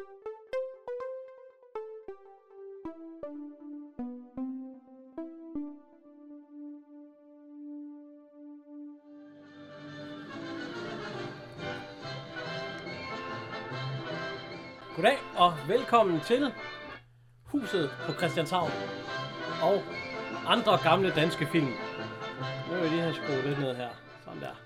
Goddag og velkommen til Huset på Christianshavn og andre gamle danske film. Nu vil jeg lige have skruet lidt ned her. Sådan der.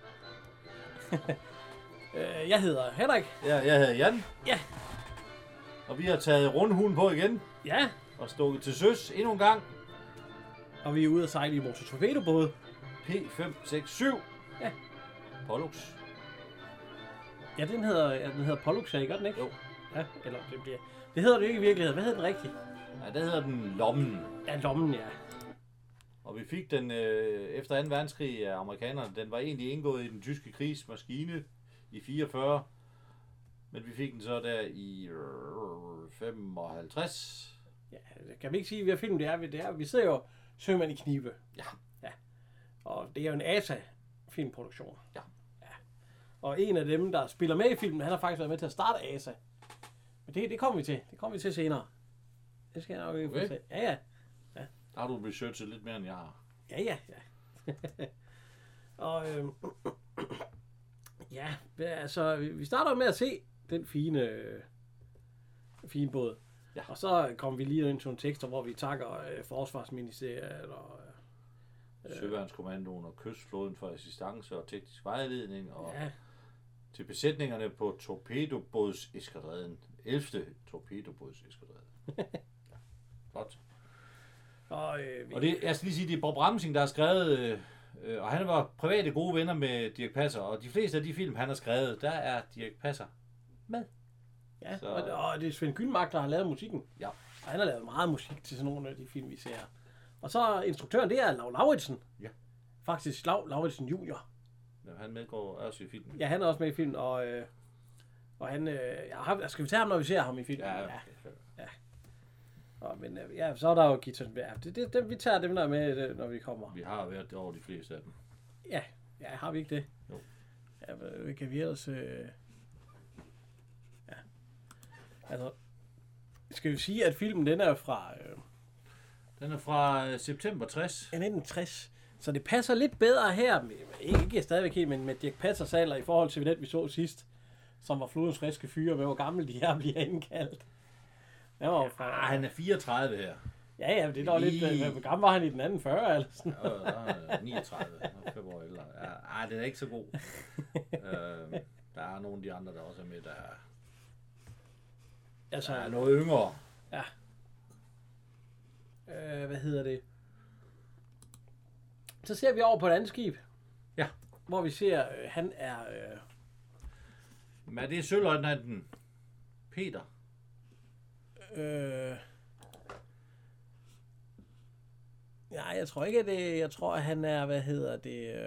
Jeg hedder Henrik. Ja, jeg hedder Jan. Ja. Og vi har taget rundhunden på igen. Ja. Og stukket til søs endnu en gang. Og vi er ude at sejle i Motor Torpedo-både. P567. Ja. Pollux. Ja, den hedder Pollux, gør den ikke? Jo. Ja, eller det hedder det ikke i virkeligheden. Hvad hedder den rigtigt? Ja, der hedder den Lommen. Ja, Lommen, ja. Og vi fik den efter 2. verdenskrig af amerikanerne. Den var egentlig indgået i den tyske krigsmaskine i 44. Men vi fik den så der i 55. Ja, kan vi ikke sige, at vi har filmet det er. Vi sidder jo sømand i knibe. Ja. Ja. Og det er jo en ASA-filmproduktion. Ja. Ja. Og en af dem, der spiller med i filmen, han har faktisk været med til at starte ASA. Men det kommer vi til. Det kommer vi til senere. Det skal jeg nok ikke få se. Ja, ja. Der har du researchet lidt mere, end jeg har. Ja, ja, ja. Og ja, altså, vi starter med at se den fine båd. Ja. Og så kommer vi lige ind til nogle tekster, hvor vi takker Forsvarsministeriet og Søværnskommandoen og Kystflåden for assistance og teknisk vejledning. Og ja. Til besætningerne på torpedobådseskadreden. 11. torpedobådseskadreden. Ja. Flot. Og det, jeg skal lige sige, det er Bob Ramsing, der har skrevet, og han var private gode venner med Dirch Passer, og de fleste af de film, han har skrevet, der er Dirch Passer med. Ja, så. Og det er Svend Gyldmark, der har lavet musikken. Ja. Og han har lavet meget musik til sådan nogle af de film, vi ser. Og så instruktøren, det er Lau Lauridsen. Ja. Faktisk Lauridsen Junior. Ja, han medgår også i filmen. Ja, han er også med i filmen, og han... skal vi tage ham, når vi ser ham i filmen? Ja. Ja. Og, men ja, så er der jo guitar. Ja, vi tager dem der med, når vi kommer. Vi har været over de fleste af dem. Ja, har vi ikke det? Jo. Ja, kan vi ellers... Ja. Altså, skal vi sige, at filmen, den er fra... Den er fra september 60. 1960. Så det passer lidt bedre her, ikke stadigvæk helt, men med Dirch Passers alder i forhold til den, vi så sidst, som var Flodens friske fyre, med hvor gammel de her bliver indkaldt. Han er 34 her. Ja, det er dog lidt... Hvor gammel var han i den anden 40, eller sådan? Ja, der er 39. 5 år ældre. Ja, den er ikke så god. Der er nogle af de andre, der også er med, der er noget yngre. Ja. Hvad hedder det? Så ser vi over på et andet skib. Ja. Hvor vi ser, han er... Men det er søløjtnanten Peter. Ja, jeg tror ikke, at det... Jeg tror, at han er, hvad hedder det...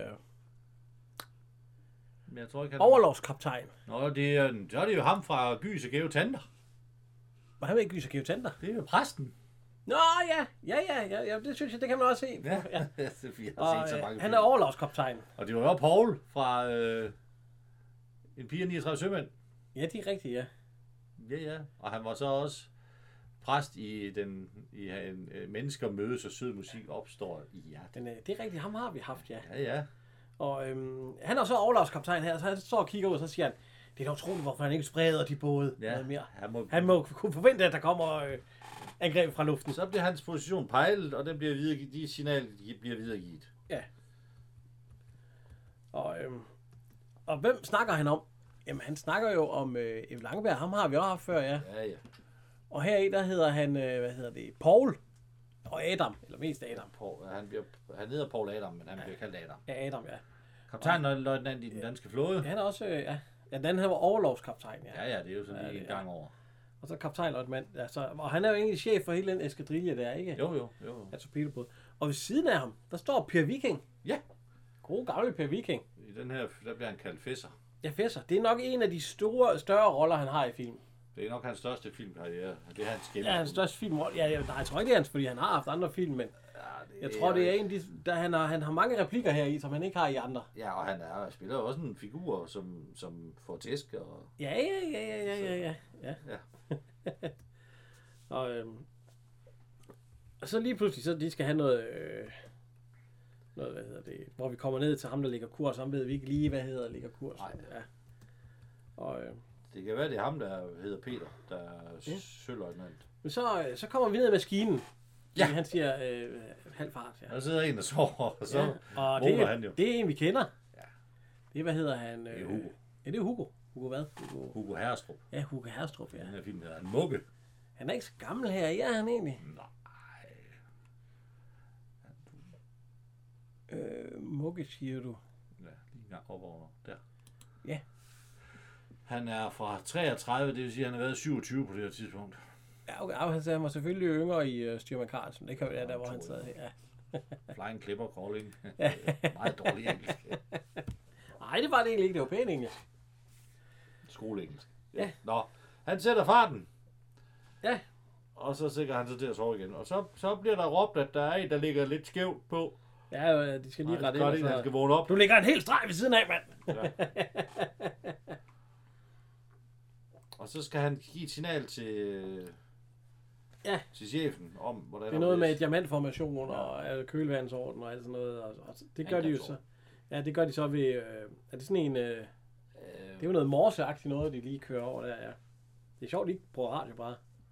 Men jeg tror ikke, han... Overlovskaptajn. Nå, så er det jo ham fra Gys og Georg Tanter. Var han med i Gys og Georg Tanter? Det er jo præsten. Nå, ja, det synes jeg, det kan man også se. Ja, ja. Han er overlovskaptajn. Og det var jo Paul fra En pige 39 sømænd. Ja, det er rigtigt, ja. Ja, og han var så også præst i en mennesker mødes og sød musik opstår i hjertet. Det er rigtigt, ham har vi haft, ja. Ja. Og han er så overlovskaptajn her, så han står og kigger ud, og så siger han, det er da utroligt, hvorfor han ikke spreder de både noget mere. Han må kunne forvente, at der kommer angreb fra luften. Så bliver hans position pejlet, og den bliver videregivet, de signaler bliver videregivet. Ja. Og hvem snakker han om? Jamen, han snakker jo om Ev Langeberg. Ham har vi også haft før, ja. Ja. Og heri, der hedder han, Paul og Adam, eller mest Adam. Han hedder Paul Adam, men han bliver kaldt Adam. Ja, Adam, ja. Kaptajn og løjtnant i den danske flåde. Han er også, ja, den her var overlovskaptajn, ja. Ja, det er jo sådan lige en gang over. Og så kaptajnløjtnant, altså, og han er jo egentlig chef for hele den eskadrille der, ikke? Jo. Ja, torpedobåd. Og ved siden af ham, der står Per Viking. Ja. God gamle Per Viking. I den her, der bliver han kaldt Fesser. Ja, Fesser. Det er nok en af de større roller, han har i filmen. Det er nok hans største filmkarriere. Det er hans Ja, hans største filmrolle. Ja, jeg tror ikke, det er hans, fordi han har haft andre film, men jeg tror, det er en af de, der han har mange replikker her i, som han ikke har i andre. Ja, og han spiller jo også en figur, som får tæsk. Og... Ja. så lige pludselig, så de skal have noget, hvad hedder det, hvor vi kommer ned til ham, der ligger kurs, ham ved vi ikke lige, hvad hedder ligger kurs. Nej. Ja. Og, det kan være, det er ham, der hedder Peter, der er søløjtnant. Men så kommer vi ned i maskinen. Ja. Han siger halv fart. Ja. Der sidder en, der sover, og så og vågner han jo. Det er en, vi kender. Ja. Det er, hvad hedder han? Det er Hugo. Ja, det er Hugo. Hugo hvad? Hugo Herrestrup. Ja, Hugo Herrestrup, ja. Den er fint, der er en mugge. Han er ikke så gammel her, ja, han egentlig. Nej. Mugge, siger du? Ja, lige en gang op over der. Ja. Han er fra 33, det vil sige, at han har været 27 på det her tidspunkt. Ja, okay, han var selvfølgelig yngre i Styrman Carlsen. Det kan være der, hvor han sad her. Ja. Flying Clipper Crawling. Meget dårlig engelsk. Nej, det var det egentlig ikke. Det var pænt engelsk. Skoleengelsk. Ja. Nå, han sætter farten. Ja. Og så sikrer han sig til at sove igen. Og så bliver der råbt, at der er en, der ligger lidt skævt på. Ja, de skal lige rette ind. Han skal vågne op. Du ligger en helt streg ved siden af, mand. Ja. Og så skal han give et signal til chefen om, hvordan det er noget med diamantformation og kølvandsorden og alt sådan noget. Og det gør de jo så. Ja, det gør de så ved... er det sådan en... det er jo noget morseagtigt noget, de lige kører over der, ja. Det er sjovt, de ikke bruger radio bare.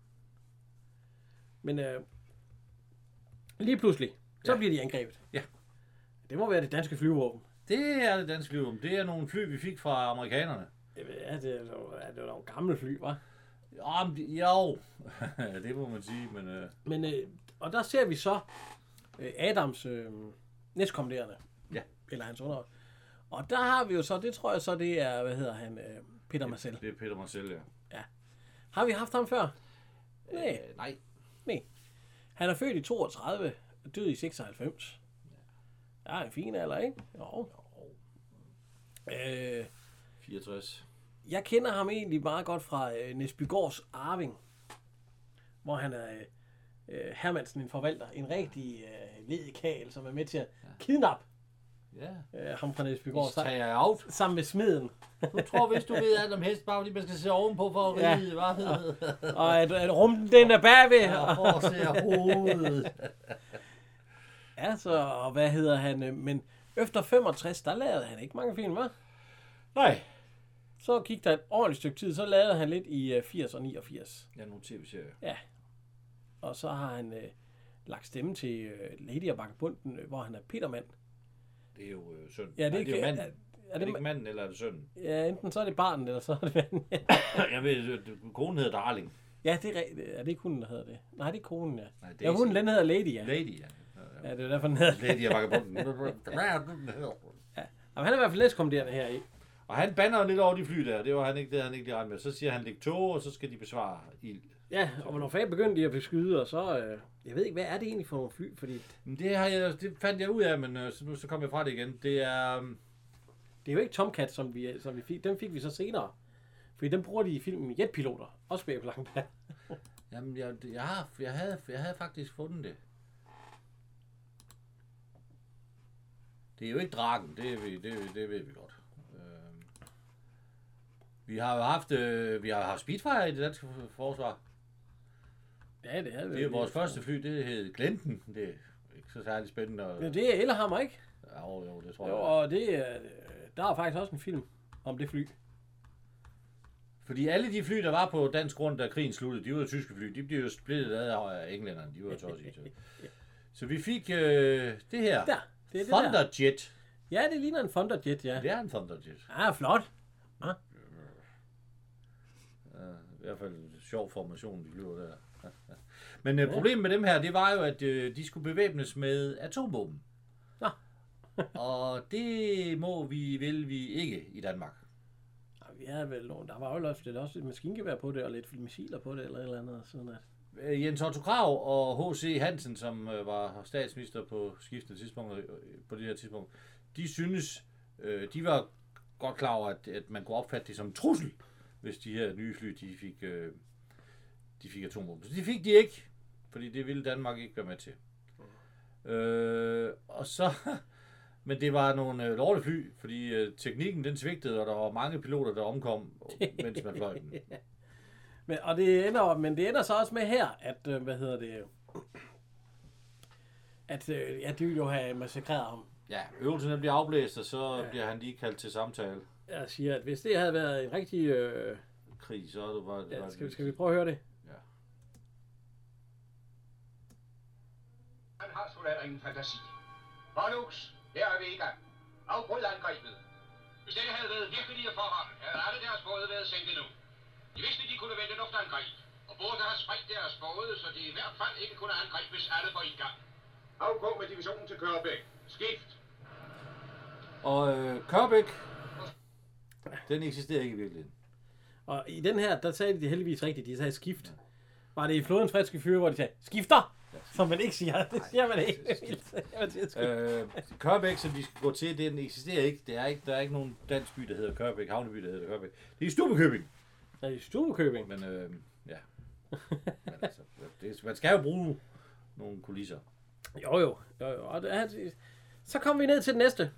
Men lige pludselig, så bliver de angrebet. Ja. Det må være det danske flyvåben. Det er det danske flyvåben. Det er nogle fly, vi fik fra amerikanerne. Ja, det er nogle gamle fly, hva'? Jo, det må man sige, men... Og der ser vi så Adams næstkommanderende. Ja. Eller hans under. Og der har vi jo så, det tror jeg så, det er, hvad hedder han, Peter Marcel. Det er Peter Marcel, ja. Ja. Har vi haft ham før? Nej. Han er født i 32, død i 96. Ja, en fin alder, ikke? Jo. 64. Jeg kender ham egentlig meget godt fra Næsbygårds Arving, hvor han er Hermansen, en forvalter, en rigtig ledekagel, som er med til at kidnappe ham fra Næsbygård. Sammen med smeden. Du tror, hvis du ved alt om hest, bare fordi man skal se ovenpå for at ride, hvad? Og at rumpen, den er bagved. Ja, for at se hovedet. Ja, så, og hvad hedder han? Men efter 65, der lavede han ikke mange film, hva'? Nej. Så gik der et ordentligt stykke tid, så lavede han lidt i 80 og 89. Ja, nogle tv-serier. Ja. Og så har han lagt stemme til Lady og Vagabunden, hvor han er Petermand. Det er jo søn. Ja, det er manden. Er det ikke manden, eller er det sønnen? Ja, enten så er det barnet, eller så er det manden. Jeg ved, konen hedder Darling. Ja, det er rigtigt. Er det ikke hunden, der hedder det? Nej, det er konen, ja. Nej, ja, hunden, den hedder Lady, ja. Lady, ja. Ja, det er derfor, den hedder Lady og Vagabunden. Ja, men han er i hvert fald næstkommanderende her i. Og han bander lidt over de fly der. Det var han ikke lige regnet med. Så siger han, læg tog, og så skal de besvare ild. Ja, og hvornår fanden begyndte de at beskyde, og så... jeg ved ikke, hvad er det egentlig for nogle fly? Fordi... Det fandt jeg ud af, men så kom jeg fra det igen. Det er... Det er jo ikke Tomcat, som vi fik. Den fik vi så senere. Fordi den bruger de i filmen Jetpiloter. Også bag på Langeberg. Jamen, jeg havde faktisk fundet det. Det er jo ikke Draken, det ved vi godt. Vi har jo haft Spitfire i det danske forsvar. Ja, det havde vi. Det er vores første fly, det hed Glenten. Det er ikke så særlig spændende. Men det er Ellehammer, ikke? Jo, det tror jeg. Jo, og der er faktisk også en film om det fly. Fordi alle de fly, der var på dansk grund, da krigen sluttede, de var jo tyske fly. De blev jo splittet af englænderne. De var jo tosset. Så vi fik det her. Der. Det er Thunderjet. Ja, det ligner en Thunderjet, ja. Det er en Thunderjet. Ja, flot. Ja. I hvert fald en sjov formation, de flyver der. Men problemet med dem her, det var jo, at de skulle bevæbnes med atomvåben. Nå. Og det vil vi ikke i Danmark. Ja, vi havde vel nogle, der var jo også et maskingevær på det, og lidt missiler på det, eller et eller andet. Sådan at... Jens Otto Krag og H.C. Hansen, som var statsminister på skiftende tidspunkter, på det her tidspunkt, de synes, de var godt klar over, at man kunne opfatte det som en trussel, hvis de her nye fly, de fik atomvåben. Så de fik de ikke, fordi det ville Danmark ikke være med til. Og så, men det var nogle dårlige fly, fordi teknikken den svigtede, og der var mange piloter, der omkom, mens man fløj den. Men det ender så også med her, at, at de vil jo have massakreret ham. Ja, øvelsen bliver afblæst, og så bliver han lige kaldt til samtale. Jeg siger, at hvis det havde været en rigtig... Krig, så er det bare... Ja, skal vi prøve at høre det? Ja. Han har sgu da ingen fantasi. Pollux, her er vi i gang. Afbryd angrebet. Hvis det havde været virkelige forhold, havde alle deres både været sænket nu. De vidste, de kunne vente luftangreb, og burde have spredt deres både, så de i hvert fald ikke kunne angribe, hvis alle var i gang. Afgå med divisionen til Kørbæk. Skift. Og Kørbæk, den eksisterer ikke i virkeligheden. Og i den her, der sagde de heldigvis rigtigt. De sagde skift. Var det i flodens friske fyre, hvor de sagde skifter? Som man ikke siger. Det siger man ikke. Kørbæk, som de skal gå til, den eksisterer ikke. Der er ikke nogen dansk by, der hedder Kørbæk. Havneby, der hedder Kørbæk. Det er Stubbekøbing. Ja, i Stubbekøbing. Men ja. Men altså, man skal jo bruge nogle kulisser. Jo. Og så kommer vi ned til den næste.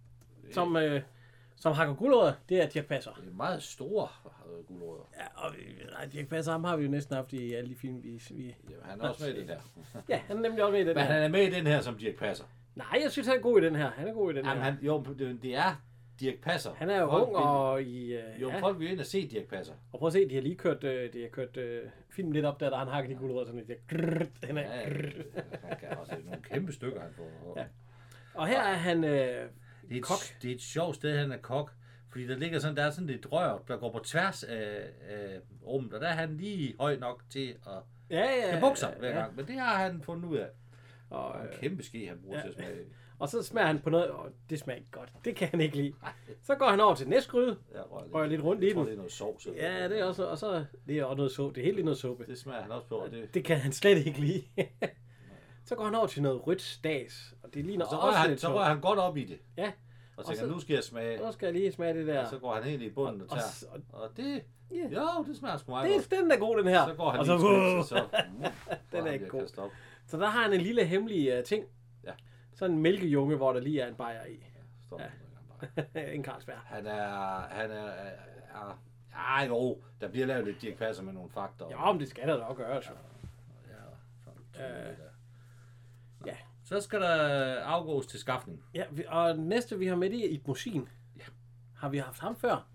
Som hakker guldrødder, det er Dirch Passer. Det er meget store guldrødder. Ja, og Dirch Passer, ham har vi jo næsten haft i alle de film, vi... Jamen, han er også med i den der. Ja, han er nemlig også med i den Men her. han er med i den her som Dirch Passer. Nej, jeg synes, han er god i den her. Jamen, det er Dirch Passer. Han er jo ung og i... folk vil ind og se Dirch Passer. Og prøv at se, de har lige kørt filmen lidt op, der han hakker de guldrødder sådan lidt. Han kan også nogle kæmpe stykker, han får. Ja. Og her er han kok. Det er et sjovt sted, han er kok. Fordi der er sådan et rør, der går på tværs af rummet, og der er han lige høj nok til at kan bukke sig hver gang. Men det har han fundet ud af. Og en kæmpe ske, han bruger til at smage. Og så smager han på noget, og det smager ikke godt. Det kan han ikke lide. Så går han over til næstgryde, rører lidt rundt i den. Det er noget sovs. Ja, det er også, og så det er også noget suppe. Det er helt noget suppe. Det smager han også på. Det kan han slet ikke lide. Så går han over til noget rødt stads, og det ligner også lidt. Så rører han godt op i det. Ja. Og tænker, nu skal jeg smage. Nu skal jeg lige smage det der. Og så går han helt i bunden og tager. Og det... Jo, det smager sgu meget godt. Den er god, den her. Så går han og så den er ikke god. Så der har han en lille hemmelig ting. Ja. Sådan en mælkejunge, hvor der lige er en bajer i. Ja. En Carlsberg. Jo, der bliver lavet lidt Dirch Passer med nogle fakta. Ja, men det skal der nok gøres. Ja. Så skal der afgås til skaffning. Ja, og næste vi har med, det er Ib Mossin. Ja. Har vi haft ham før?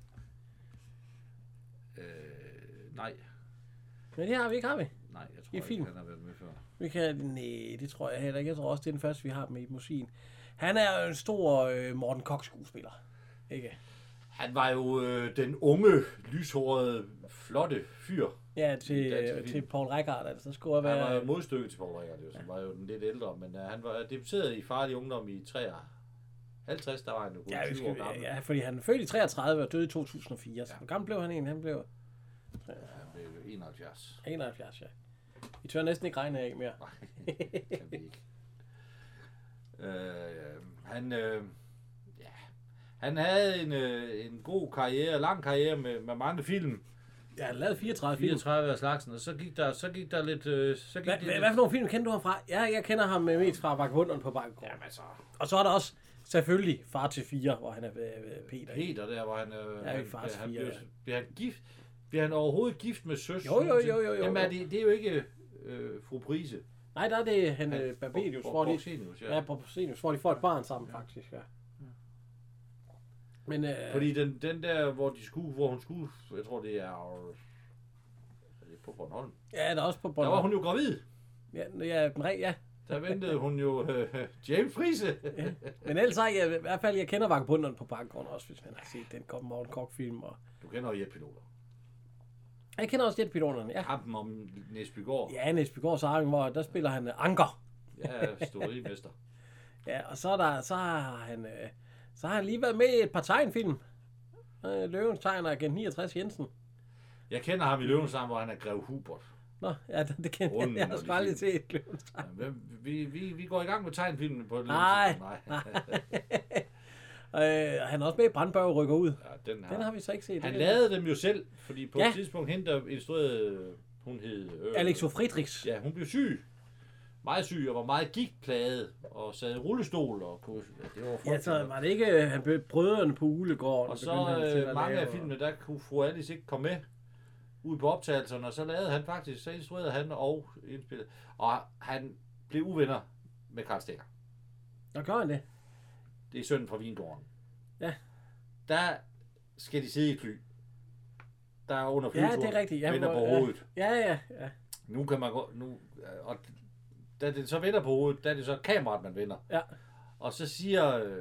Nej. Men det har vi ikke, har vi? Nej, jeg tror ikke, han har været med før. Nej, det tror jeg heller ikke. Jeg tror også, det er den første, vi har med Ib Mossin. Han er jo en stor Morten Korch-skuespiller. Ikke? Han var jo den unge, lyshårede, flotte fyr. Ja, til Paul Reichhardt. Altså, skulle være... Han var jo modstykke til Paul Reichhardt, som var jo den lidt ældre. Men han var debuteret i Farlig Ungdom i 53, der var han jo 20 år gammel. Ja, fordi han er født i 33 og døde i 2004. Så hvor gammel blev han egentlig? Han blev 71. 71, ja. Vi tør næsten ikke regne af mere. Nej, det kan vi ikke. Han havde en god karriere, lang karriere med mange film. Ja, han lavede 34 film. 34 af slagsen, og så gik der lidt... Hvad for nogle film kender du ham fra? Ja, jeg kender ham mest fra Vagabonderne på Bakkegård. Jamen altså... Og så er der også selvfølgelig Far til 4, hvor han er Peter. Peter, der hvor han... Bliver han gift? Bliver han overhovedet gift med søs? Jo. Jamen det er jo ikke fru Prise. Nej, der er det han Barbelius, hvor de får et barn sammen, faktisk, ja. Men, fordi den der, hvor hun skulle, jeg tror det er på Bornholm. Ja, der er også på Bornholm. Der var hun jo gravid. Ja. Der ventede hun jo James Friise. Ja. Men ellers har jeg, i hvert fald, jeg kender Vagabonderne på Bakkegård også, hvis man har set den komme Morten Korch-film. Og... Du kender jo jetpiloter. Jeg kender også jetpiloterne, ja. Kampen om Næsbygård. Ja, Næsbygårds Arving, hvor der spiller han Anker. Ja, storrimester. Ja, og så har han lige været med i et par tegnfilm. Løvens Tegn og Agent 69 Jensen. Jeg kender ham i Løvens Tegn, hvor han er Grev Hubert. Nå, ja, det kender jeg. Jeg har sgu aldrig set Løvens Tegn. Ja, vi går i gang med tegnfilmen på et Nej. Han er også med i Brandberg rykker ud. Ja, den har vi så ikke set. Han lavede dem jo selv, fordi på et tidspunkt hende, der instruerede, hun hed... Alexo Friedrichs. Ja, hun blev syg. Meget syg og var meget gigtplaget og sad i rullestol og kunne... Ja, det var så var det ikke... Han blev brødrene på Uglegården. Og så mange af filmene, der kunne fru Alice ikke komme med ud på optagelserne, og så lavede han faktisk, så instruerede han og indspillede. Og han blev uvenner med Karl Stikker. Nå, gør han det? Det er sønnen fra Vingården. Ja. Der skal de sidde i et fly. Der er under Ja, flyturen. det er rigtigt. Ja, vender på hovedet. Ja. Nu kan man gå... Og da det så vender på hovedet, der er det så kameraet, man vender. Ja. Og så siger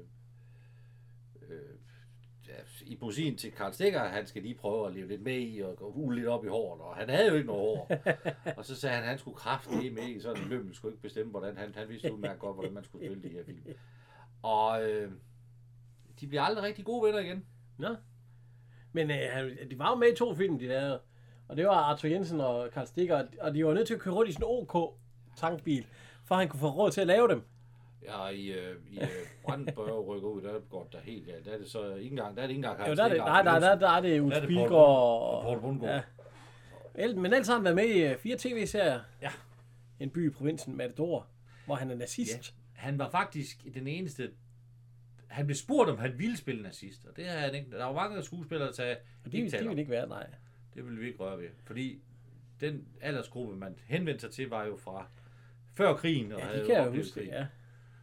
Ibrossin til Karl Stikker, at han skal lige prøve at leve lidt med i og hule lidt op i håret. Og han havde jo ikke noget hår. Og så sagde han, at han skulle kraftedeme med i sådan en lømmel, skulle ikke bestemme, hvordan han vidste udmærket godt, hvordan man skulle spille de her film. Og de bliver aldrig rigtig gode venner igen. Nå. Men de var jo med i 2 film, de lavede. Og det var Arthur Jensen og Karl Stikker, og de var nødt til at køre rundt i sådan en OK tankbil, for at han kunne få råd til at lave dem. Ja, i Brandenburg rykker ud, der går der helt galt. Der er det så ikke engang, Karl Jo, Stikker. der er det Ulf Pilgaard og Poul Bundgaard. Ja. Men ellers har han været med i 4 tv-serier. Ja. En by i provinsen, Matador, hvor han er nazist. Ja. Han var faktisk den eneste... Han blev spurgt, om han ville spille nazist, og det har han ikke. Der var mange skuespillere, der sagde, Og de vil ikke være, nej. det ville vi ikke røre ved. Fordi den aldersgruppe, man henvendte sig til, var jo fra før krigen. Og Ja, havde de kan jeg oplevet huske, krigen. ja.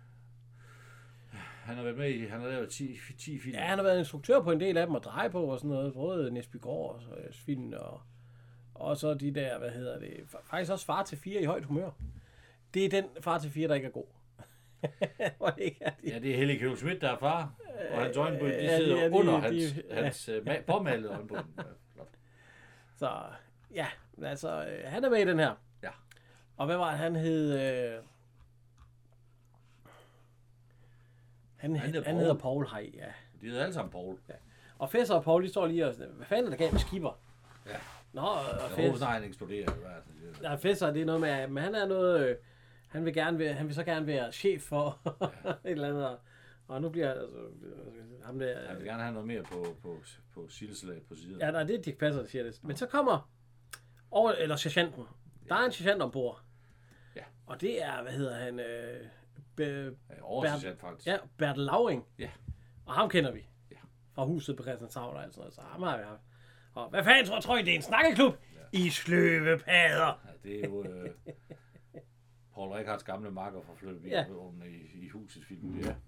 Han har været med i, han har lavet 10 film. Ja, han har været instruktør på en del af dem og dreje på og sådan noget. Både Nesbygård og film og så de der, faktisk også Far til 4 i højt humør. Det er den Far til 4, der ikke er god. Ja, det er Helge Kjøl Schmidt, der er far, og hans øjenbryn, de sidder under hans påmalede øjenbryn. Så, ja, altså, han er med i den her. Ja. Og hvad var det, han hed? Han hedder Paul Hej, ja. De hedder alle sammen Paul. Ja. Og Fesser og Paul, de står lige og hvad fanden er der galt med Skipper? Ja. Nå, og Fesser. Han eksploderer. Ja, Fesser, det er noget med, men han er noget, han vil så gerne være chef for et eller andet. Og nu bliver ham der... Han vil gerne have noget mere på sildeslag på siden. Ja, nej, det er Dirch Passer, der siger det. Men så kommer sergeanten. Der er en sergeant ombord. Ja. Og det er, hvad hedder han? Oversergeant faktisk. Ja, Bertel Lauring. Ja. Og ham kender vi. Ja. Fra huset på Christianshavn og alt sådan noget. Så ham har vi haft. Og hvad fanden tror I, det er en snakkeklub? Ja. I sløvepadder. Ja, det er jo Paul Rickardts gamle makker fra Flyttebil i husets film. Ja.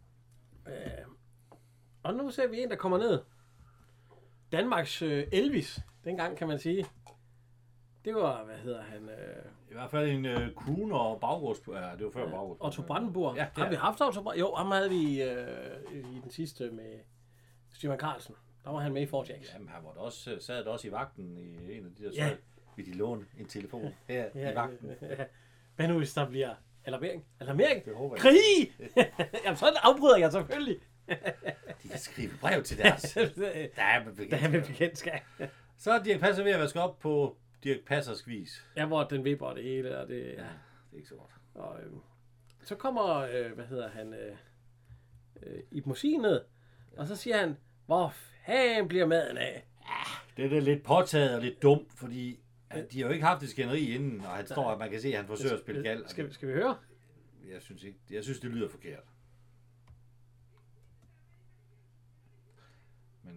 Og nu ser vi en, der kommer ned. Danmarks Elvis, dengang kan man sige. Det var, hvad hedder han? I hvert fald en crooner og baggårds... Ja, det var før baggårds. Otto Brandenburg. Ja, har vi haft Otto Brandenburg? Jo, ham havde vi i den sidste med Stefan Carlsen. Der var han med i Fort Jacks. Jamen, han var også, sad der også i vagten i en af de der så vil de låne en telefon her i vagten. Hvad nu, hvis der bliver alarmering? Alarmering? Krig! Jamen, så afbryder jeg selvfølgelig. De kan skrive brev til deres. Der er med bekendtskab. Så er Dirch Passer ved at vaske op på Dirch Passers vis. Ja, hvor den vipper og det hele. Og det, ja, det er ikke så godt. Og, så kommer, hvad hedder han, Ib Mossin ned, og så siger han, hvor fanden bliver maden af? Ja, det er lidt påtaget og lidt dumt, fordi de har jo ikke haft et skænderi inden, og han står, at man kan se, at han forsøger at spille gal. Skal vi høre? Jeg synes ikke. Jeg synes, det lyder forkert. Men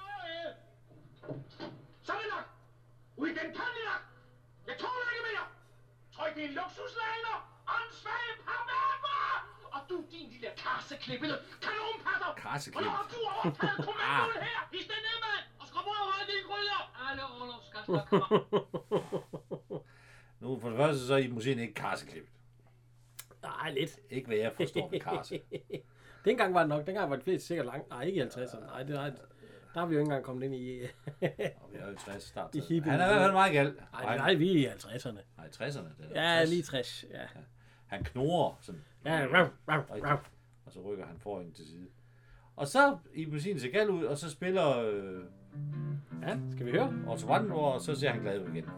Så er det nok! Ui, den kan det nok! Jeg tåler ikke mere! Tryk det er en luksuslejner! Åndssvage parmærker! Og du, din lille karseklippede kanonpatter! Karseklippede? Og nu har du overtaget kommandoen her! I stedet ned, mand! Og skrub ud og hold dine gryder! Alle orlovsgaster kommer! Nu for det første, så er Ib Mossin ikke karseklippet. Nej, lidt. Ikke hvad jeg forstår med karse. Dengang var det nok. Dengang var det flest sikkert langt. Nej, ikke i 50'erne. Nej, det var der har vi jo ikke engang kommet ind i... Og vi er jo i 60 start. Han er i hvert fald meget galt. Nej, vi er i 50'erne. Nej, 60'erne. Ja, lige 60. Ja. Han knurrer sådan. Ja, og så rykker han foran til side. Og så Ib Mossin ser gal ud, og så spiller... ja, skal vi høre? Otto Brandenburg, og så ser han glad ud igen.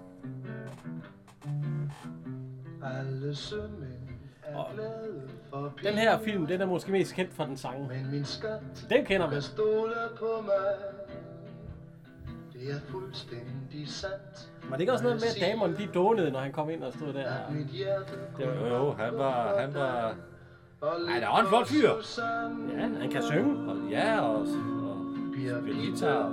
Alle sømænd er glade for den her film, den er måske mest kendt for den sang. Men min skat, den kender man. Stole på mig. Det er fuldstændig sandt. Var det ikke også noget med, at damerne de dånede, når han kom ind og stod der? Jo, han var... Ej, der var en flot fyr. Ja, han kan synge. Og ja, og spille guitar.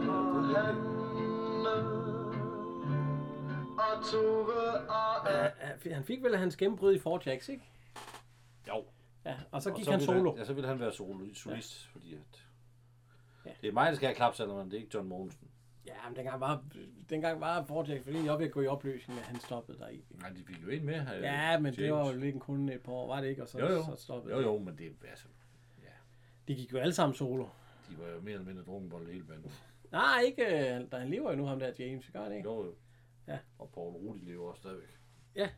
Han fik vel hans gennembrud i Fort Jacks, ikke? Jo. Ja, og så gik han solo. Så ville han være solist, fordi at... Ja. Det er mig, der skal have klapsalmerne, det er ikke John Mogensen. Ja, men dengang var Vortex fordi jeg ved at gå i opløsning, at han stoppede der i. Nej, de fik jo en med. Ja, men det var jo lidt kun et par år, var det ikke? Og så, Jo. så stoppede Jo, men det er altså... Ja. De gik jo alle sammen solo. De var jo mere eller mindre drukkenbold hele banden. Nej, ikke. Han lever jo nu, ham der James, gør det ikke? Jo. Ja. Og Paul Rudi lever også stadigvæk. Ja.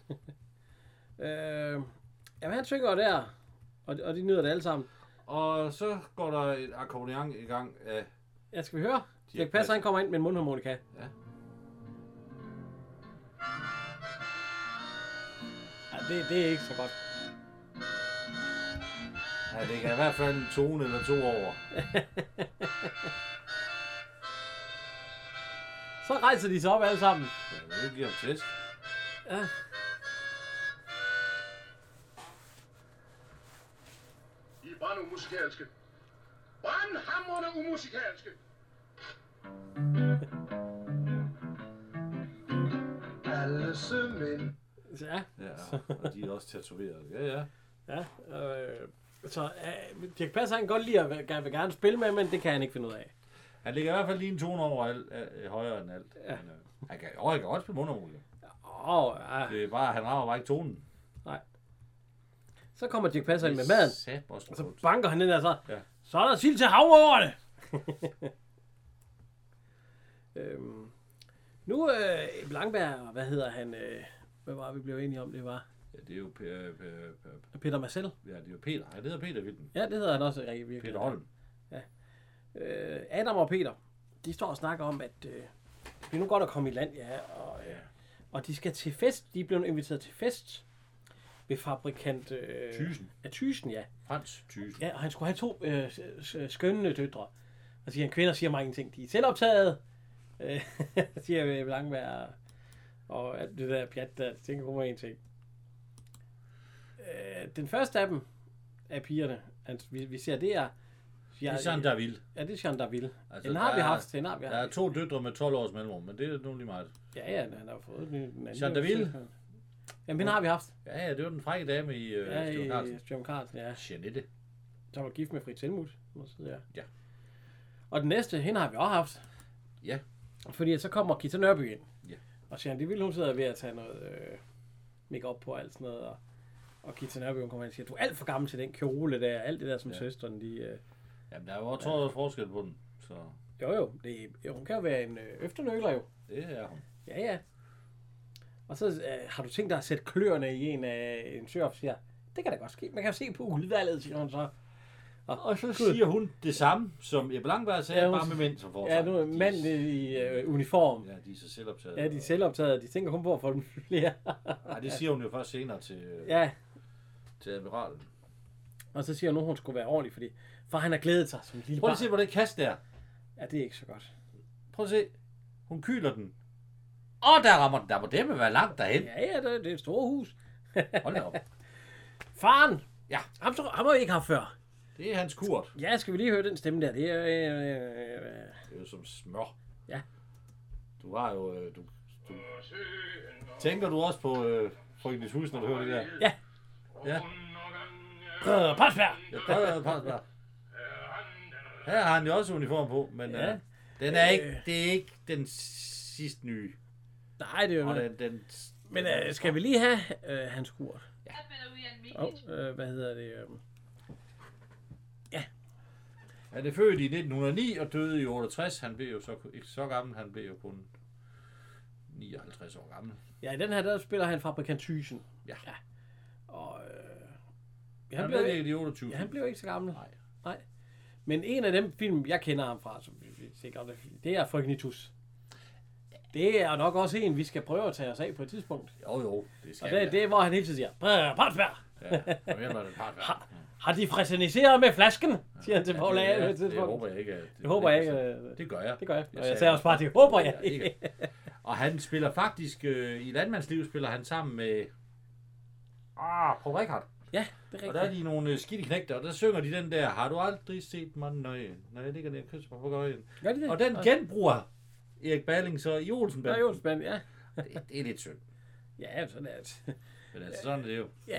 Jamen, han synger der, og de nyder det alle sammen. Og så går der et akkompagnement i gang af... Ja, skal vi høre? Dirch Passer, han kommer ind med en mundharmonika. Ja. Ja, det er ikke så godt. Ja, det kan i hvert fald en tone eller to over. Så rejser de sig op alle sammen. Ja, det giver ham tæsk. Ja. I er brandumusikalske. Brandhamrende umusikalske. Alle sømænd. Ja. Ja, og de er også tatoveret. Ja. Ja. Så Dirch Passer, han kan godt lide at vil gerne spille med, men det kan han ikke finde ud af. Han ligger i hvert fald lige en tone over højere end alt. Ja. Men, han kan godt spille mundharmonika. Ja. Det er bare, han rammer bare ikke tonen. Nej. Så kommer Dirch Passer ind med maden, og så banker han den der så. Ja. Så er der sild til havreårene. Nu Langberg, hvad hedder han? Hvad var vi blev enige om, det var? Ja, det er jo Peter Marcel. Ja, det er jo Peter. Han hedder Peter Vilden. Ja, det hedder han også virkelig. Peter Holm. Ja. Adam og Peter, de står og snakker om, at det er nu godt at komme i land, ja. Og de skal til fest. De er blevet inviteret til fest ved fabrikant Thyssen. Ja, Thyssen, ja. Frans Thyssen. Ja, og han skulle have 2 skønne døtre. Og siger han, kvinder siger mig ingenting. De er selvoptaget, siger Langberg. Og alt det der pjat der, det tænker kun mig en ting. Den første af dem, af pigerne, vi ser, det er... Det er Jean Daville. Ja, det er Jean Daville. Altså, Den har vi haft. Der er 2 døtre med 12 års mellemrum, men det er nu lige meget. Ja, han har fået den anden. Jean Daville? Jamen, den har vi haft. Ja, det var den frække dame i Stjørn Carlsen, ja. Jeanette. Der var gift med Fritz Helmuth. Ja. Og den næste, hende har vi også haft. Ja. Fordi så kommer Gita Nørby ind. Ja. Og Jean Daville, hun sidder ved at tage noget make-up på og alt sådan noget. Og Gita Nørby, hun kommer ind og siger, du er alt for gammel til den kjole der. Alt det der, som søsteren, de... Jamen, der er jo også forskel på den, så... Jo, hun kan jo være en efternøgler jo. Det er hun. Ja. Og så har du tænkt dig at sætte kløerne i en søofficer? Det kan da godt ske. Man kan jo se på udvalget, siger hun så. Og så siger hun det samme, som Ebbe Langberg sagde, bare med mænd som fortsat. Ja, nu er mænd i uniform. Ja, de er så selvoptaget. Ja, de er selvoptaget. De tænker kun på at få dem flere. Nej, det siger hun jo først senere til admiralen. Og så siger hun, at hun skulle være ordentlig, fordi for han har glædet sig som lille barn. Prøv at se, hvor det kast der. Ja, det er ikke så godt. Prøv at se. Hun kyler den. Og der rammer den. Der må det være langt derhen. Ja, det er et stort hus. Hold da op. Faren. Ja. Ham har vi ikke haft før. Det er hans Kurt. Ja, skal vi lige høre den stemme der? Det er det er jo som smør. Ja. Du har jo... Tænker du også på Frøkendes Hus, når du hører det der? Ja. Ja. Parsberg. Ja, Parsberg. Her har han jo også uniform på, men den er ikke, det er ikke den sidste nye. Nej, det er jo den. Men skal vi lige have hans Kurt? Ja. Hvad hedder det? Ja. Han er født i 1909 og døde i 68. Han blev jo ikke så gammel, han blev jo kun 59 år gammel. Ja, i den her, der spiller han fabrikant Thyssen. Ja. Og han blev ikke i 28. Ja, han blev ikke så gammel. Nej. Men en af dem film, jeg kender ham fra, som vi sikkert, det er Frøknitus. Det er nok også en, vi skal prøve at tage os af på et tidspunkt. Jo, det skal og det er, hvor han hele tiden siger, Parsberg! Ja, har de fraterniseret med flasken? Siger han til Paul A. Det håber jeg ikke. Det håber jeg ikke. Det gør jeg. Det gør jeg. Og jeg sagde også bare, det håber jeg ikke. Og han spiller faktisk, i Landmandsliv spiller han sammen med Paul Rickard. Ja, det er rigtigt. Og der er de nogle skidte knægter, og der synger de den der, har du aldrig set mig nøgen, når jeg ligger ned og kysser på papagøjen. Gør de det? Og den genbruger Erik Balling så i Olsenbanden. Ja, i Olsenbanden, ja. Det er lidt synd. Ja, sådan er det. Men altså, sådan er det jo. Ja.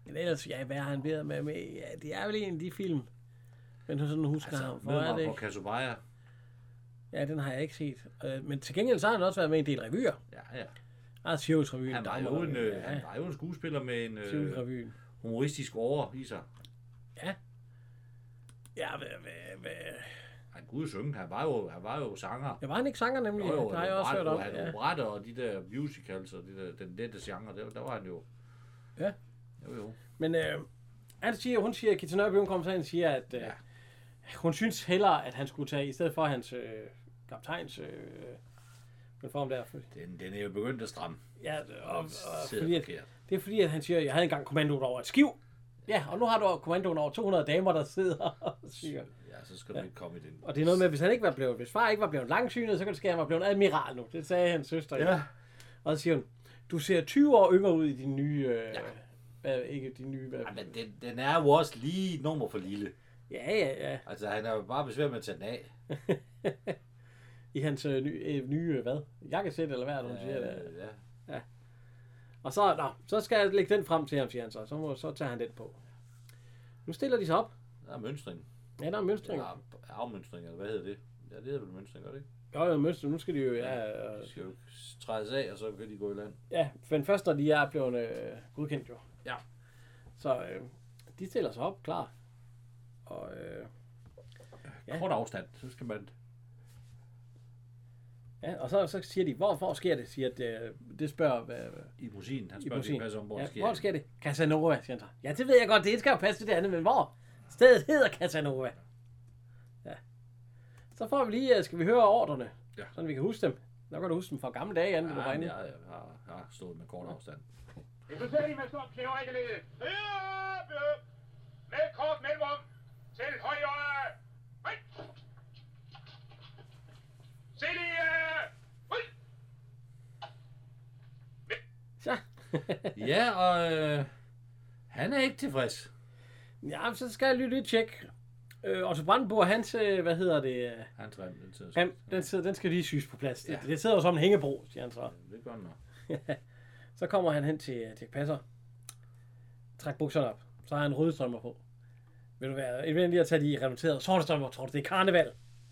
Men ellers, ja, hvad har han været med? Ja, det er vel en af de film, men du sådan husker ham. Hvor er Mød det? mig på Kasubaya. Ja, den har jeg ikke set. Men til gengæld så har han også været med i en del revyer. Ja. Cirkusrevyen. Han var jo en skuespiller med en Cirkusrevyen. humoristisk åre i sig. Ja. Ja, Han kunne jo synge. Han var jo sanger. Ja, var han ikke sanger nemlig? Jo, det har jeg også hørt om. Han operette og de der musicals og den lette genre, der var han jo. Ja. Jo. Men hun siger, Gita Nørby, hun kommer til og siger, at hun synes hellere, at han skulle tage, i stedet for hans kaptajns form der. Den er jo begyndt at stramme. Ja, og fordi, det er fordi, at han siger, at jeg havde engang kommandoen over et skiv. Ja, og nu har du kommandoen over 200 damer, der sidder og siger. Ja, så skal du ikke komme i den. Og det er noget med, hvis far ikke var blevet langsynet, så kan det ske, at han var blevet admiral nu. Det sagde hans søster. Ja. Og så siger hun, du ser 20 år yngre ud i din nye... ikke de nye... Ja, men den er jo også lige et nummer for lille. Ja. Altså, han er jo bare besværet med at tage den af. I hans nye, jakkesæt, eller hvad er det, hun siger? Ja. Og så skal jeg lægge den frem til ham, siger han så. Så tager han den på. Nu stiller de sig op. Der er mønstring. Ja, der er mønstring. Eller afmønstring, eller hvad hedder det? Ja, det hedder vel mønstring, gør det ikke? Jo, mønstring. Nu skal de jo... De skal jo trædes af, og så kan de gå i land. Ja, men først når de er blevet godkendt jo. Ja. Så de stiller sig op, klar. Og kort afstand, så skal man... Ja, og så siger de, hvor sker det? Siger, det spørger... I Musin, han spørger lige pas om, hvor det sker. Hvor sker det? Casanova, siger han så. Ja, det ved jeg godt, det skal jo passe til det andet, men hvor? Stedet hedder Casanova. Ja. Så får vi lige, skal vi høre ordrene, sådan vi kan huske dem. Nå kan du huske dem fra gamle dage, Jan, du var inde. Jeg har stået med kort afstand. Interesseret med stop til højdelede. Med kort mellemrum. Til højre. Høj. Celia. Høj. Så. Ja, og han er ikke tilfreds. Ja, så skal jeg lige tjekke. Otto Brandenburg, hans, hvad hedder det? Hans rem, den skal lige syes på plads. Ja. Det sidder jo som en hængebro, siger han så. Det gør han nok. Så kommer han hen til passer. Træk bukserne op. Så har han røde strømmer på. Vil du være et lige at tage de reducerede sorte strømmer? Tror du, det er karneval?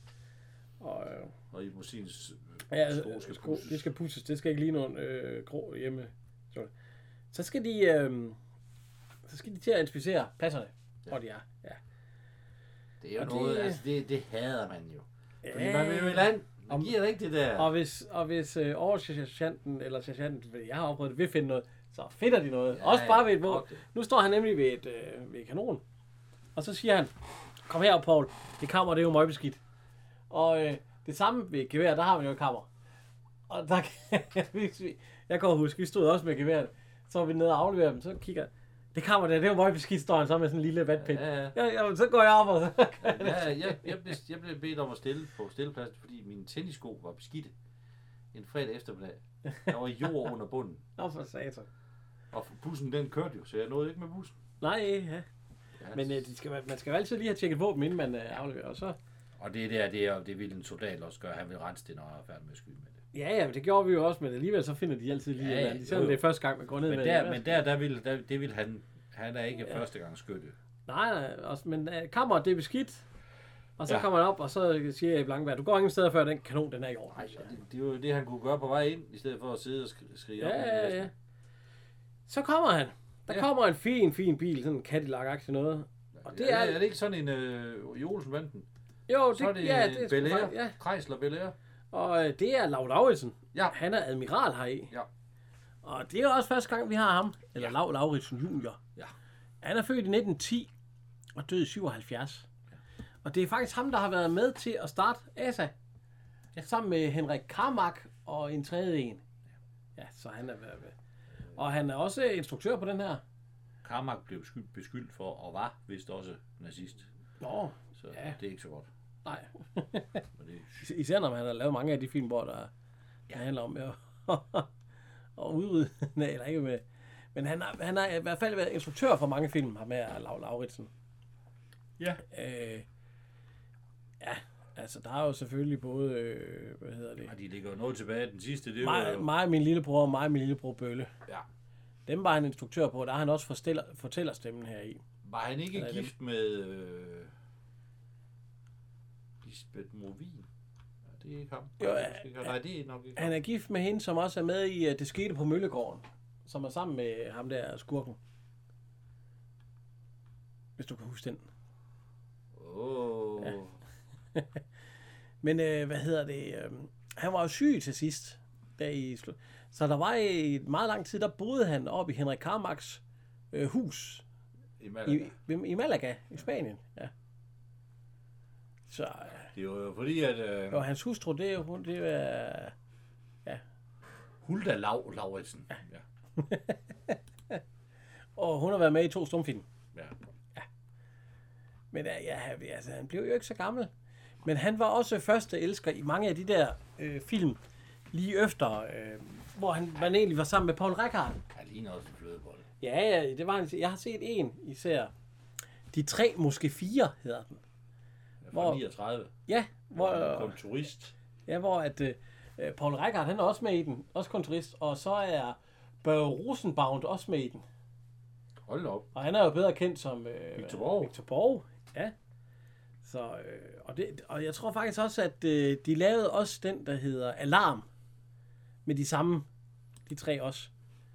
Og i Musins sko det skal pudses. Det skal ikke lige nogen grå hjemme. Så skal de til at inspicere pladserne, hvor de er. Ja. Det er jo noget, altså det hader man jo. Fordi Ja. man vil jo i land. Man giver ikke det der. Og hvis oversergeanten eller sergeanten, jeg har opprøvet det, vil finde noget, så finder de noget. Ja, også bare ved et våben. okay. Nu står han nemlig ved et kanon. Og så siger han, kom her, Paul. Det kammer, det er jo møgbeskidt. Og det samme ved gevær, der har man jo et kammer. Og der jeg kan huske, vi stod også med geværet. Så var vi nede og afleverede dem, så kigger det kammer der, det er jo møgbeskidt, står han så med sådan en lille vatpind. Ja, så går jeg op og så... Jeg blev bedt om at stille på stillepladsen, fordi mine tennissko var beskidte en fredag eftermiddag. Der var jord under bunden. Nå for satan. Og bussen den kørte jo, så jeg nåede ikke med bussen. Nej, ja. Men man skal jo altid lige have tjekket våben, inden man afleverer. Og så... Og det ville en soldat også gøre. Han vil rense det, når han er færdig med at skyde med det. Ja, men det gjorde vi jo også, men alligevel så finder de altid lige andet. Selvom det er første gang, man går ned men med det. Det vil han er ikke første gang skytte. Nej, også, men kammeret, det er beskidt. Og så kommer han op, og så siger jeg Blankenberg, du går ingen steder før den kanon, den er i orden. Nej, det er jo det, han kunne gøre på vej ind, i stedet for at sidde og skrige op. Ja. Så kommer han. Der kommer en fin bil, sådan en Cadillac-agtig noget. Og det er det ikke sådan en Olsen vandt den? Jo, så er det Bel Air, Chrysler Bel Air. Og det er Lau Lauritsen. Ja. Han er admiral heri. Ja. Og det er også første gang, vi har ham. Eller Lau Lauritsen junior. Ja. Han er født i 1910 og død i 77. Ja. Og det er faktisk ham, der har været med til at starte ASA. Ja. Sammen med Henrik Karmak og en tredje en. Ja, så han er været med. Og han er også instruktør på den her. Karmak blev beskyldt for, og var vist også nazist. Nå, så det er ikke så godt. Nej. Især når han har lavet mange af de film, hvor der handler om at udrydde. Nej, eller ikke med. Men han har i hvert fald været instruktør for mange film, her med Lau Lauritsen. Ja. Ja, altså der er jo selvfølgelig både, hvad hedder det? Ja, de ligger jo noget tilbage. Den sidste, det var jo... Mig og min lillebror, Bølle. Ja. Dem var han instruktør på, der er han også fortællerstemmen her i. Var han ikke gift med Lisbeth Movin? Ja, det er ikke ham. Nej, det er nok ikke ham. Han er gift med hende, som også er med i Det skete på Møllegården, som er sammen med ham der skurken. Hvis du kan huske den. Ja. Men hvad hedder det? Han var jo syg til sidst. Så der var i meget lang tid, der boede han oppe i Henrik Carmacks hus. I Malaga. I Malaga, i Spanien. Ja. Så, det var jo fordi, at... og hans hustru, det er ja. Hulda Lauritsen. Ja. Og hun har været med i 2 stumfilm. Ja. Men altså, han blev jo ikke så gammel. Men han var også første elsker i mange af de der film, lige efter, hvor man egentlig var sammen med Paul Rekard. Han ligner også en flødebolle. Ja, det var han. Jeg har set en især. De 3, måske 4 hedder den. Fra 39. Ja, hvor... Konturist. Ja, hvor at Paul Rekard, han er også med i den. Også konturist. Og så er Børge Rosenbaum også med i den. Hold op. Og han er jo bedre kendt som Victor Borg. Victor Borg, ja. Så, og jeg tror faktisk også, at de lavede også den, der hedder Alarm. Med de samme, de 3 også.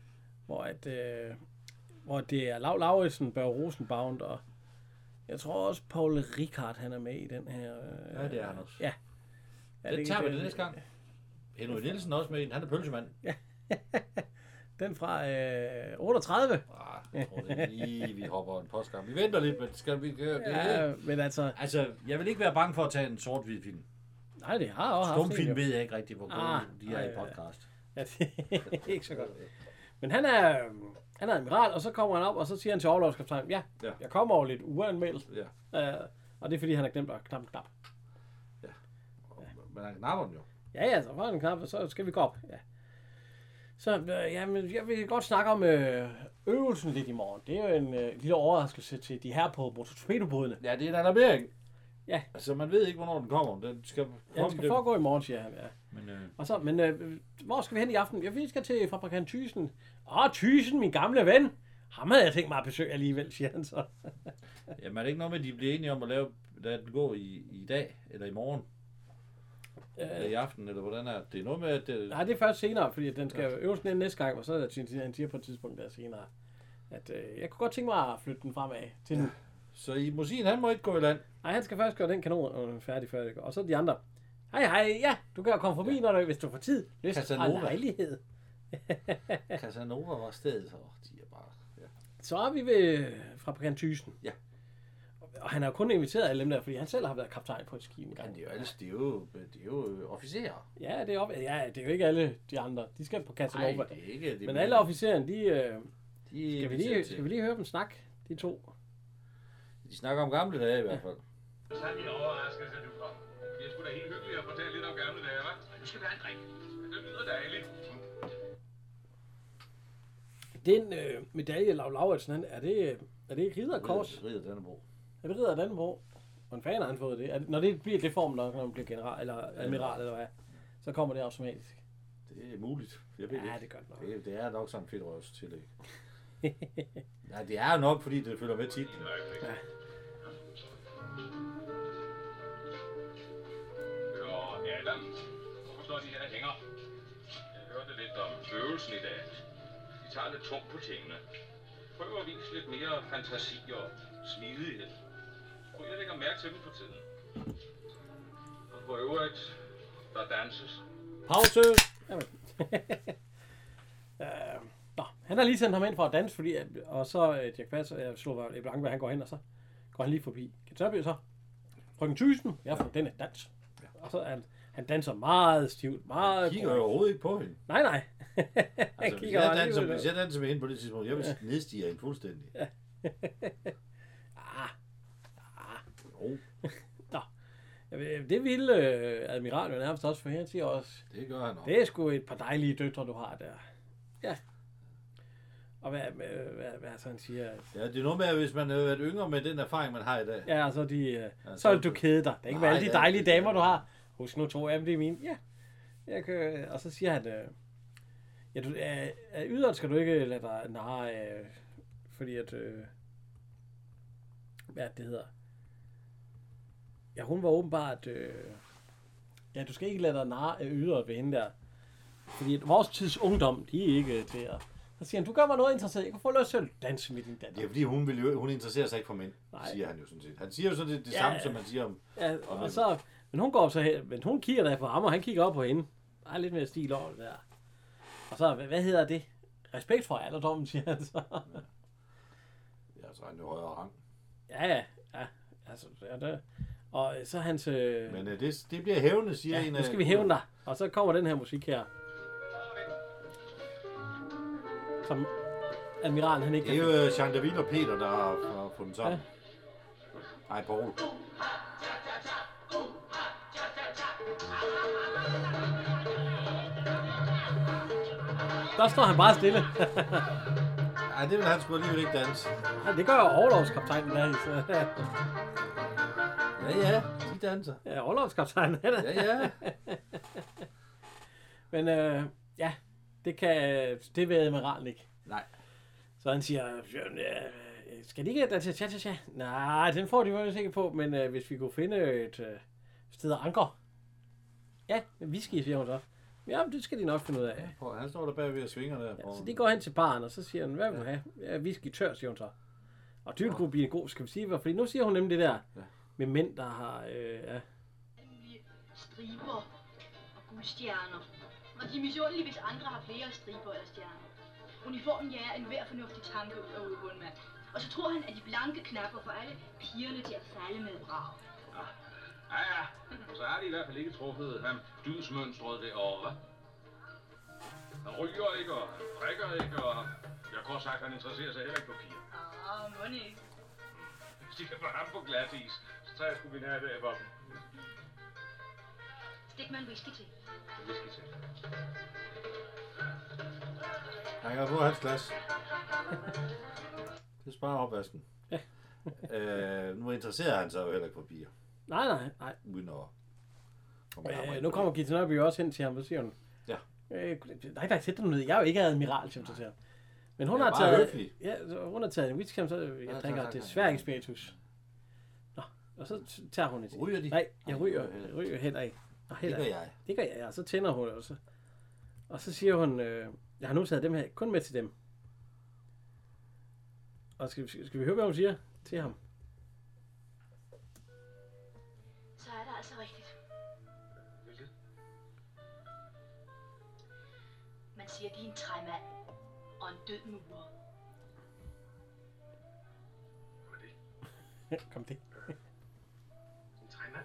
Hvor det er Lauritsen, Børge Rosenbaum, og jeg tror også, Paul Rekard, han er med i den her. Ja, det er han også. Ja. Det tager vi det næste gang. Henrik Nielsen er også med i den. Han er pølsemand. Ja. Den fra 38. Jeg tror, det er lige, vi hopper en postgang. Vi venter lidt, men skal vi gøre det? Ja, men altså... Altså, jeg vil ikke være bange for at tage en sort-hvid film. Nej, det har også haft Stumfilm ved jeg ikke rigtig, hvor gode de er i podcast. Ja, det er ikke så godt. Men han er admiral, og så kommer han op, og så siger han til overlovskaptajnen, ja, jeg kommer over lidt uanmeldt. Ja. Og det er fordi, han har glemt at knappe en knap. Ja. Men han knapper den jo. Ja, så får han en knap, og så skal vi gå op. Ja. Så men jeg vil godt snakke om øvelsen lidt i morgen. Det er jo en lille overraskelse til de her på motortorpedobådene. Ja, det er en alarmering. Ja. Altså, man ved ikke, hvornår den kommer. Den skal foregå i morgen, siger han. Ja. Men, hvor skal vi hen i aften? Ja, vi skal til fabrikant Thyssen. Thyssen, min gamle ven. Ham havde jeg tænkt mig at besøge alligevel, siger han så. Jamen, er det ikke noget med, at de bliver enige om at lade den gå i dag, eller i morgen? Eller i aften, eller hvordan er det? Det er noget med, at... Nej, det er først senere, fordi den skal øves den næste gang, og så er der han siger på et tidspunkt der senere, at jeg kunne godt tænke mig at flytte den fremad til nu. Så i Mosin, han må ikke gå i land? Nej, han skal først gøre den kanon færdig før det går. Og så de andre. Hej, ja, du kan jo komme forbi, når hvis du får tid. Casanova. Lejlighed. Casanova var stedet, så de er bare... Ja. Så er vi ved fabrikant Thyssen. Ja. Og han har jo kun inviteret alle dem der, fordi han selv har været kaptajn på et skib en gang. Men det er jo officerer. Ja, det er jo ikke alle de andre. De skal på Casanova. Nej, det er ikke... Men alle officererne, skal vi lige høre dem snakke, de 2. De snakker om gamle dage i hvert fald. Sandelig overraskelse, du kom. Det er sgu da helt hyggeligt at fortælle lidt om gamle dage, hva'? Nu skal vi have en drink. Det lyder dejligt. Den medalje, Lauritsen, er det ikke ridderkors? Ridder Dannebrog. Er det ridder Dannebrog? Hvordan fanden har han fået det? Når det bliver det form, når man bliver general, eller admiral, eller hvad, så kommer det automatisk. Det er muligt. Jeg ved det gør det nok. Det er nok sådan en fedt røvs tillæg. Nej, det er jo nok, fordi det følger med titlen. Ja. Adam, hvorfor står de her hænger? Jeg hørte lidt om øvelsen i dag. De tager lidt tungt på tingene. Prøv at vise lidt mere fantasi og smidighed. Prøv at lægge mærke til dem på tiden. Og på øvrigt, der danses. Pause! Han har lige sendt ham ind for at danse, fordi, og så Jack Bass og Slova Ebbe han går hen, og så går han lige forbi. Kan du så? Frøken Thyssen, den er dans. Og så han danser meget stivt, meget... Jeg kigger jo overhovedet ikke på hende. Nej. Altså, hvis jeg danser med hende på det tidspunkt, jeg vil nedstige hende fuldstændig. Ja. Nå. Det ville admiralen jo nærmest også, for her siger også... Det gør han også. Det er sgu et par dejlige døtre, du har der. Ja. Og hvad så han siger... Ja, det er noget med, at hvis man har været yngre med den erfaring, man har i dag. Ja, så vil du kede dig. Det er ikke med alle de dejlige damer, du har. Husk nu 2 af dem, det er mine. Ja. Og så siger han... Ja, yderen skal du ikke lade dig narre af, fordi at... hvad det hedder? Ja, hun var åbenbart... ja, du skal ikke lade dig narre af yderen ved hende der. Fordi at vores tids ungdom, de er ikke til at... Så siger han, du gør mig noget interessant. Jeg kan få lyst til at danse med din datter. Det er fordi, hun interesserer sig ikke for mænd, siger han jo sådan set. Han siger jo sådan det samme, som man siger om... Ja, og så... Men hun går op så her, men hun kigger der på ham, og han kigger op på hende. Der er lidt mere stil over det der. Og så, hvad hedder det? Respekt for alderdommen, siger han så. Ja, så er han jo højere rang. Ja. Altså, det. Og så hans... Men det bliver hævende, siger en af... nu skal vi hævne dig. Og så kommer den her musik her. Som admiralen han ikke... Det er jo Jean David og Peter, der har fundet sammen. Ja. Nej, Poul. Der står han bare stille. Nej, det vil han sgu alligevel ikke danse. Ja, det gør jo overlovskaptajnen der. Så. Ja, de danser. Ja, overlovskaptajnen er der. Ja. Men ja, det ved admiralen ikke. Nej. Så han siger, skal de ikke danse cha-cha-cha? Nej, den får de jo ikke på, men hvis vi kunne finde et sted at anker. Ja, whisky, siger hun så. Ja, det skal de nok finde ud af. Han står der bagved og svinger der. Ja, så de går hen til baren, og så siger han, hvad vil du have? Ja, whisky tør, siger hun så. Og det kunne blive en god, skal vi sige, fordi nu siger hun nemlig det der med mænd, der har... striber og guldstjerner. Og de er misundelige, hvis andre har flere striber eller stjerner. Uniformen jager enhver fornuftig tanke ud af hovedet, mand. Og så tror han, at de blanke knapper får alle pigerne til at falde med brag. Ja. Så har de i hvert fald ikke truffet ham dydsmønstret derovre. Han ryger ikke, og han drikker ikke, og jeg kort sagt, han interesserer sig heller ikke på piger. Må ikke. Hvis de kan få ham på glat is, så tager jeg sgu min hat af for dem. Stik mig en whisky til. Whisky til. Han kan få hans glas. Det sparer opvasken. Ja. Nu interesserer han sig jo heller ikke for piger. Nej. Uden at... Nu kommer Gita Nørby også hen til ham, og siger hun... Ja. Nej, sæt dig ned. Jeg er jo ikke admiral, siger hun til ham. Men hun har taget... Ja, hun har taget en whisky, så jeg drikker det svært spiritus. Nå, og så tager hun et... Ryger de? Nej, jeg ryger heller ikke. Det gør jeg, og så tænder hun også. Og så siger hun... jeg har nu taget dem her kun med til dem. Og skal vi høre, hvad hun siger til ham? Så er det altså rigtigt. Man siger, de er en træmand og en død murer. Kom det. En træmand?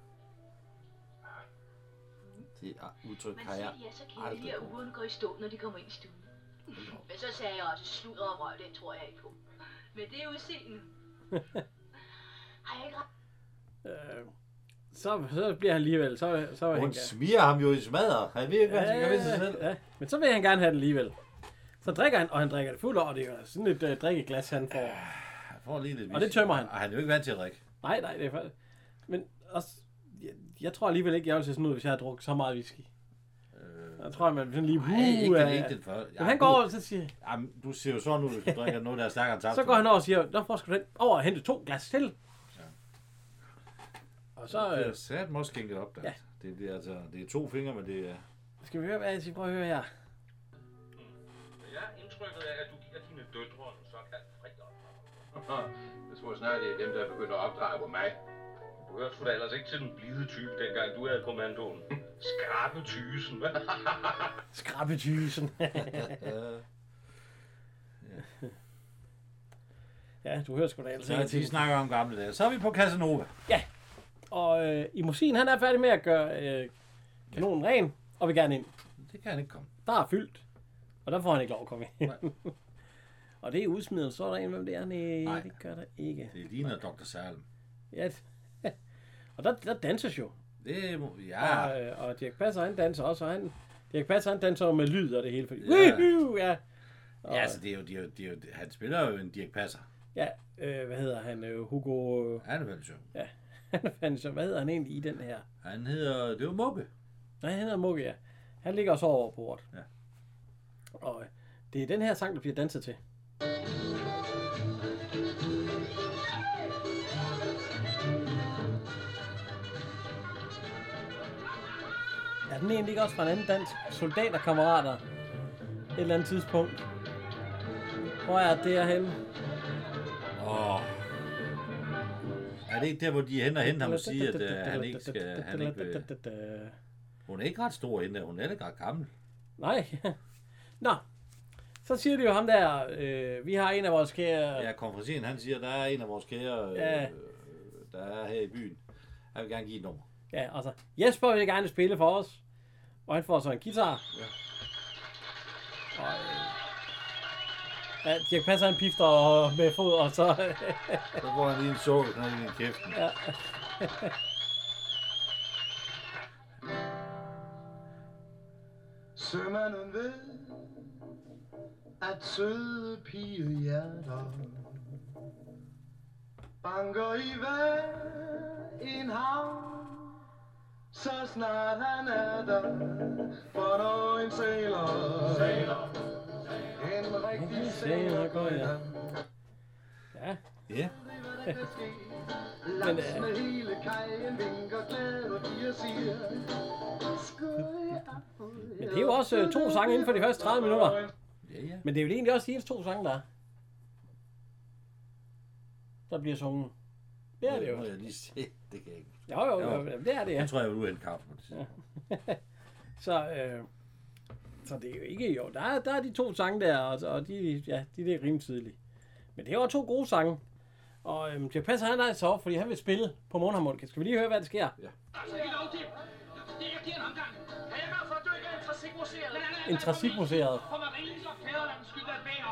Det er udtryk, Man har siger, jeg de er så kedelige, at ugerne går i stå, når de kommer ind i stuen. Men så sagde jeg også sludder og røg, det tror jeg ikke på. Men det er udseende. Har jeg ikke ret? Så bliver han alligevel. Så hun smiger ham jo i smadret. Han ved ikke, hvad han skal ved sig selv. Ja. Men så vil han gerne have det alligevel. Så drikker han, og han drikker det fuldt, og det er sådan et drikkeglas, han får. Han får lige lidt og det tømmer han. Og han er jo ikke vant til at drikke. Nej, det er faktisk. Men også, jeg tror alligevel ikke, jeg vil se sådan ud, hvis jeg har drukket så meget whisky. Jeg tror, man sådan lige... ikke den før. Men han går over og så siger... Jamen, du ser jo sådan ud, hvis du drikker noget, der er stærkere end så går han over og siger, hvor skal du hen? Over og hente 2 glas til. Ja. Og så... Det er sat måske skænket op der. Ja. Det er 2 fingre, men det er... Skal vi høre, hvad jeg siger? Prøv at høre her. Ja, indtrykket af, at du giver dine døtre en såkaldt frier. Jeg tror snart, det er dem, der begynder at opdrage på mig. Du hørte sgu da ellers ikke til den blide type, dengang du havde kommandoen. Skrabbetysen, hva'? Skrabbetysen. Ja, du hører sgu da ellers ikke. Så de snakker om gamle dage. Så er vi på Casanova. Ja, og i musikken, han er færdig med at gøre kanonen ren, og vil gerne ind. Det kan han ikke komme. Der er fyldt, og der får han ikke lov at komme ind. Og det er udsmidet, så er der en, hvem det er. Nej, det gør der ikke. Det ligner Dr. Salem. Ja, og der danses jo. Det må, ja. Og Dirch Passer, han danser også, og Dirch Passer, han danser med lyd og det hele. Fordi, ja. Og, ja, altså det er jo, han spiller jo en Dirch Passer. Ja, hvad hedder han? Hugo... Hannefeldt. Ja, Hannefeldt. Hvad hedder han egentlig i den her? Han hedder, det er jo Mugge. Nej, han hedder Mugge, ja. Han ligger også over bordet. Ja. Og det er den her sang, der bliver danset til. Er den egentlig ikke også fra en anden dansk soldaterkammerater? Et eller andet tidspunkt. Hvor er det henne? Er det ikke der, hvor de er hen og henter ham og siger, at han ikke skal... Hun er ikke ret stor hende, hun er ikke ret gammel. Nej. Nå. Så siger de jo ham der, vi har en af vores kære... Ja, konferenceren, han siger, der er en af vores kære, der er her i byen. Han vil gerne give et nummer. Ja, altså, Jesper vil gerne spille for os. Og han får så en guitar. Ja. Og, Dirch Passer han pifter med fod, og så... Så får han lige en sukkerknald i kæften. Ja. Sømanden ved, at søde pigehjerter banker i hver en havn, så snart han er der, for når en sailor, en rigtig sailor går i land. Ja. Ja. Langs med hele kajen vinker glade piger siger, Men det er jo også 2 sange inden for de første 30 minutter. Ja. Men det er jo egentlig også de eneste 2 sange, der er. Der bliver sunget. Det er det jo. Må jeg lige se, det kan jeg ikke. Jo, det er det, ja. Jeg tror, jeg vil ud af en kaffe. Så det er jo ikke jo. Der er de 2 sange der, og de er rimelig tidlige. Men det er jo 2 gode sange. Og Dirch Passer han er så op, fordi han vil spille på mundharmonika. Skal vi lige høre, hvad der sker? Ja. Altså, ikke lov til. Jeg giver en omgang. Er jeg med for, at du ikke er intrasikmuseret? Intrasikmuseret. For Maries og fædrelandets skyld at være.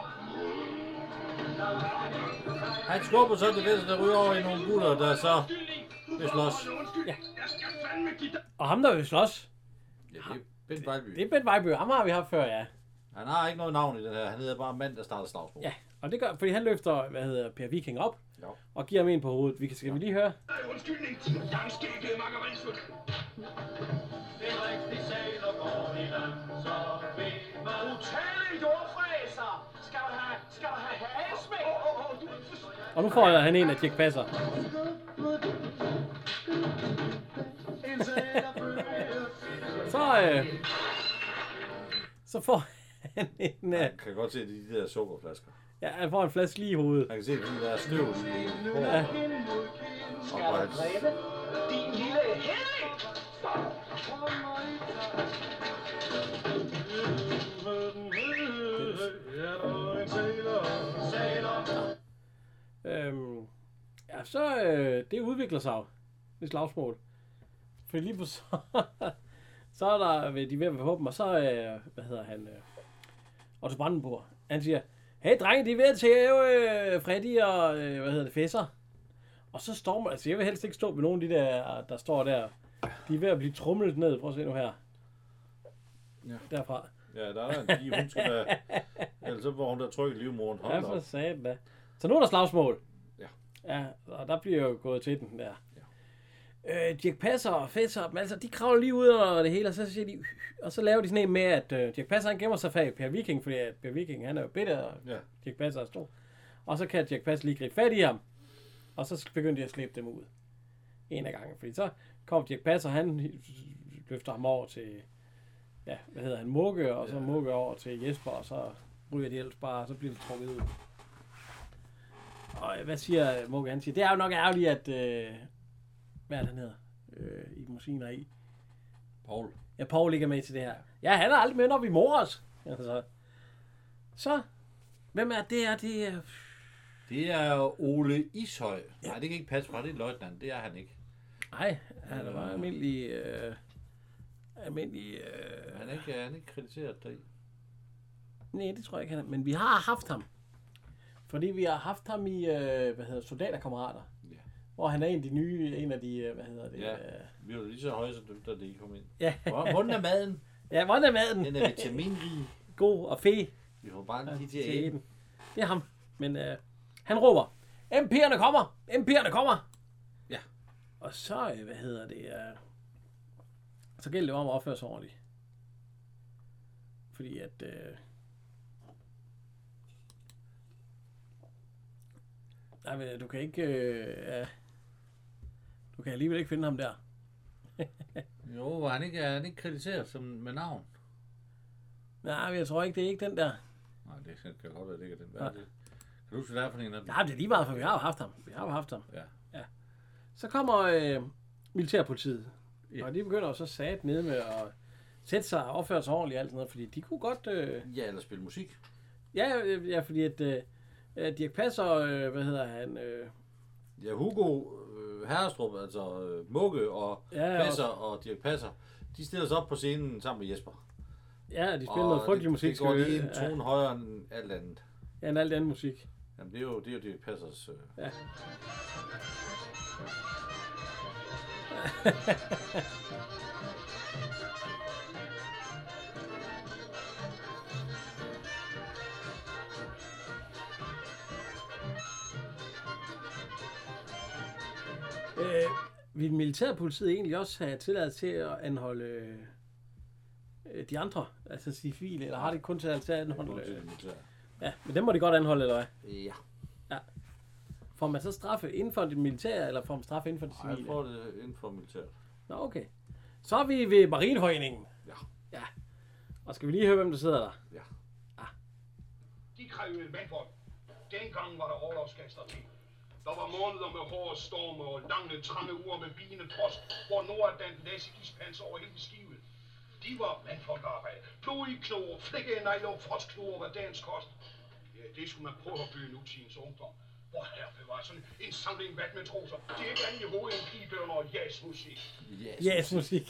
Han skubber så det venstre, der ryger over i nogle gutter, der så vil slås. Ja. Og ham, der vil slås, Ja, det er Bent Vejlby. det er Bent Vejlby. Ham har vi haft før, ja. Han har ikke noget navn i den her. Han hedder bare mand, der starter slagsmål. Ja, og det gør, fordi han løfter, Per Viking op, Ja. og giver ham en på hovedet. Skal vi lige høre? Undskyldning, langskægget makkerisut. En rigtig sailor går i land, så ved man. Brutale jordfræser. Skal du have hasmæk? Og nu får han en af Dirch Passer. Så får han en... Han kan godt se de der sukkerflasker. Ja, han får en flaske lige i hovedet. Han kan se de der støv i Ja. og Din lille hellig. Ja, så det udvikler sig jo, det slagsmål. For lige på så er der de ved at være på dem, og så, Otto Brandenburg, han siger, hey drenge, de er ved at tæve Freddy og, Fesser. Og så står man, altså jeg vil helst ikke stå med nogen af de der står der. De er ved at blive trumlet ned, prøv at se nu her. Ja. Derfra. Ja, der er en pige, hun skal da... Ellers så får hun der trykket livmoren. Ja, Hold for op. satan da. Så nu er der slagsmål. Ja. Ja, og der bliver jo gået til den der. Ja. Dirch Passer og Fesser, men altså, de kravler lige ud over det hele, og så siger de... Og så laver de sådan en med, at Dirch Passer han gemmer sig fag Per Viking, fordi at Per Viking han er jo bitter, og Ja. Dirch Passer er stor. Og så kan Dirch Passer lige gribe fat i ham, og så begynder de at slæbe dem ud. En af gangen, fordi så kom Dirch Passer, han løfter ham over til... Ja, hvad hedder han? Mugge, og så Mugge over til Jesper, og så ryger de ellers bare, og så bliver de trukket ud. Og hvad siger Mugge? Han siger, det er jo nok ærgerligt, at... hvad er det, han hedder? I Mosiner i. Paul. Ja, Paul ikke er med til det her. Ja, han er aldrig med, når vi morer os. Altså. Så, hvem er det? Det er Ole Ishøj. Ja. Nej, det kan ikke passe fra, det er løjtnant. Det er han ikke. Nej, han er bare almindelig... Han er ikke kritiseret deri. Nej, det tror jeg ikke, han er. Men vi har haft ham. Fordi vi har haft ham i, soldaterkammerater. Ja. Hvor han er en af de nye, Ja, vi var lige så høje, som dem, der ikke kom ind. Ja. Hvordan er maden? Ja, hvordan er maden? Den er vitaminrig. God og fe. Vi får bare lige til at Til æde. den. Det er ham. Men han råber, MP'erne kommer! MP'erne kommer! Ja. Og så, så gælder det om at opføre sig ordentligt. Fordi at Nej, men du kan ikke... du kan alligevel ikke finde ham der. Jo, var han ikke krediteret som med navn? Nej, men jeg tror ikke, det er ikke den der. Nej, det kan godt være, det ikke er den. Hvad er det? Kan du huske, hvad det er for en af dem? Nej, det er lige meget, for vi har jo haft ham. Ja. Så kommer militærpolitiet. Ja. Og de begynder jo så sat ned med at sætte sig og opføre sig ordentligt og alt sådan noget, fordi de kunne godt... Ja, eller spille musik. Ja, fordi at Dirch Passer, hvad hedder han... Ja, Hugo Herrestrup, altså Mugge og Passer og Dirch Passer, de stiller sig op på scenen sammen med Jesper. Ja, de spiller noget frygtelig musik. Det går lige en tone højere end alt andet. Ja, end alt andet musik. Jamen, det er jo Dirch Passers... Ja. Vil militærpolitiet egentlig også have tilladelse til at anholde de andre, altså civile, eller har de kun tilladelse til at anholde? Ja, men dem må de godt anholde, eller hvad? Ja. Får man så straffe inden for det militære, eller får man straffe inden for det civile? Jeg får det inden for militæret. Nå, okay. Så er vi ved Marineforeningen. Ja. Og skal vi lige høre, hvem der sidder der? Ja. De krævede mandfolk. Dengang var der overlovsgaster til. Der var måneder med hårde storme og lange, trange uger med vigende frost, hvor Nordatlanten læste ispanser over hele skibet. De var mandfolkarbejde. Blodige knoger, flækkede negle og frostknoger var dagens kost. Ja, det skulle man prøve at bøge nutidens ungdom. Hvor her bevarer sådan en samling vatmatroser. Det er ikke andet i hovedet end pibønner og jazzmusik. Jazzmusik.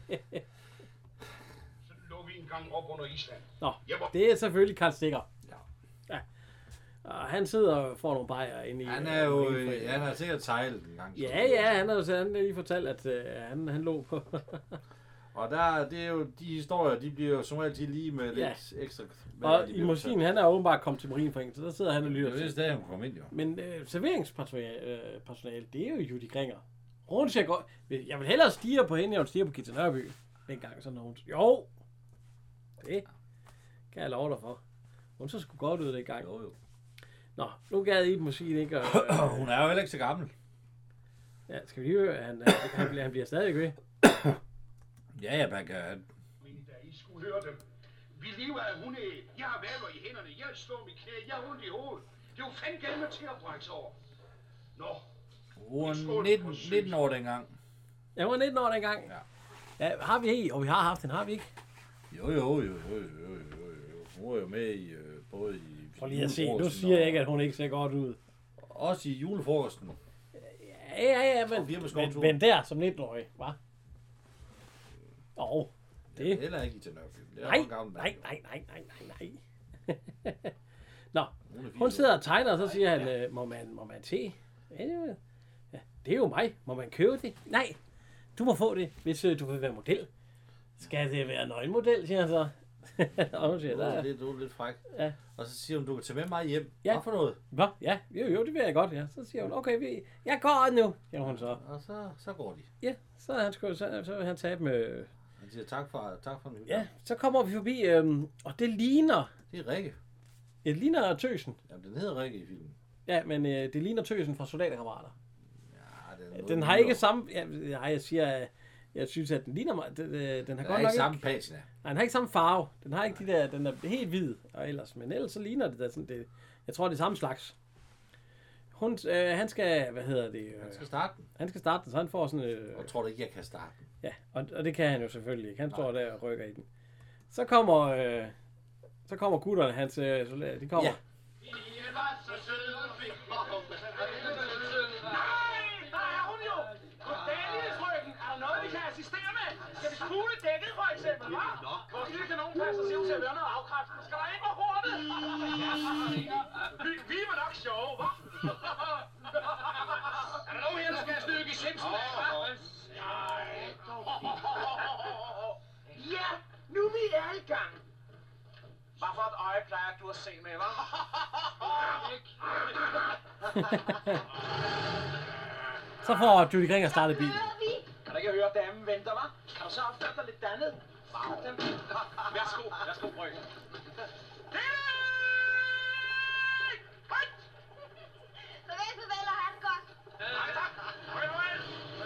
Så lå vi en gang op under Island. Nå, det er selvfølgelig Karl Stikker. Ja. Og han sidder og får nogle bajer inde i... Han er jo... han har sikkert sejlet en gang. Ja, han har lige fortalt, at han lå på... Og det er jo de historier, de bliver jo som altid lige med lidt ekstra... Og i musikken, han er åbenbart kommet til Marineforeningen, så der sidder han og lytter til. Det er stadig, han kommer ind, jo. Men serveringspersonale, det er jo Judy Gringer. Hun siger godt... Jeg vil hellere stige på hende, end jeg vil stige på Gita Nørby. Dengang sådan nogen. Jo! Det kan jeg love dig for. Hun så sgu godt ud det gang. Jo. Nå, nu gad I musikken ikke. Og, hun er jo heller ikke så gammel. Ja, skal vi lige høre, han bliver stadig ved. Ja, man kan... Men da I skulle høre dem. Vi lever af hunde. Jeg har valver i hænderne. Jeg slår mit knæ. Jeg har ondt i hovedet. Det er jo fandme galt med til at brække sig over. Nå. Hun var 19 år dengang. Jeg var 19 år dengang. Ja, har vi ikke? Og vi har haft den, har vi ikke? Jo. Hun var jo med i både i... For lige at se, nu siger jeg ikke, at hun ikke ser godt ud. Også i julefrokosten. Ja, men der som 19-årig, hva'? Det. Heller ikke i til Nørby. Nej. Nå, hun sidder og tegner, og så siger han, må man se? Ja, det er jo mig. Må man købe det? Nej, du må få det, hvis du vil være model. Skal det være nøgenmodel, siger han så. Og hun siger, du er lidt fræk. Ja. Og så siger hun, du kan tage med mig hjem. Ja. Hvad for noget? Hvad? Ja, jo, det vil jeg godt, ja. Så siger hun, okay, jeg går nu, siger hun så. Og så går de. Ja, så vil han tage dem. Han siger tak for en Ja, så kommer vi forbi, og det ligner... Det er Rikke. Det ligner Tøsen. Jamen, den hedder Rikke i filmen. Ja, men det ligner Tøsen fra Soldaterkammerater. Ja, den har ikke samme... Ja, jeg siger... Jeg synes, at den ligner mig... Den har godt nok samme patina. Nej, den har ikke samme farve. Den har ikke de der... Den er helt hvid og ellers. Men ellers så ligner det da sådan... Det, jeg tror, det er samme slags. Han skal... Hvad hedder det? Han skal starte den. Han skal starte den, så han får sådan... Og tror du ikke, jeg kan starte den? Ja, og det kan han jo selvfølgelig ikke. Han står der og rykker i den. Så kommer gutterne, hans soldater, de kommer. Ja. Kugle dækket for eksempel, hva'? Vores lille kanonkaster ser ud til at være noget afkræftende. Skal der ikke være hurtigt? Vi var nok sjove, hva'? Er der nogen her, der skal have stykke i Simpson, hva'? Ja, nu er vi er i gang. Hvad for et øje plejer du at se med, hva'? Så får Judy Gringer startet bilen. Kan du ikke høre, at damen venter, hva'? Kan du så opføre dig lidt dannet? Værsgo, brød. Farvel,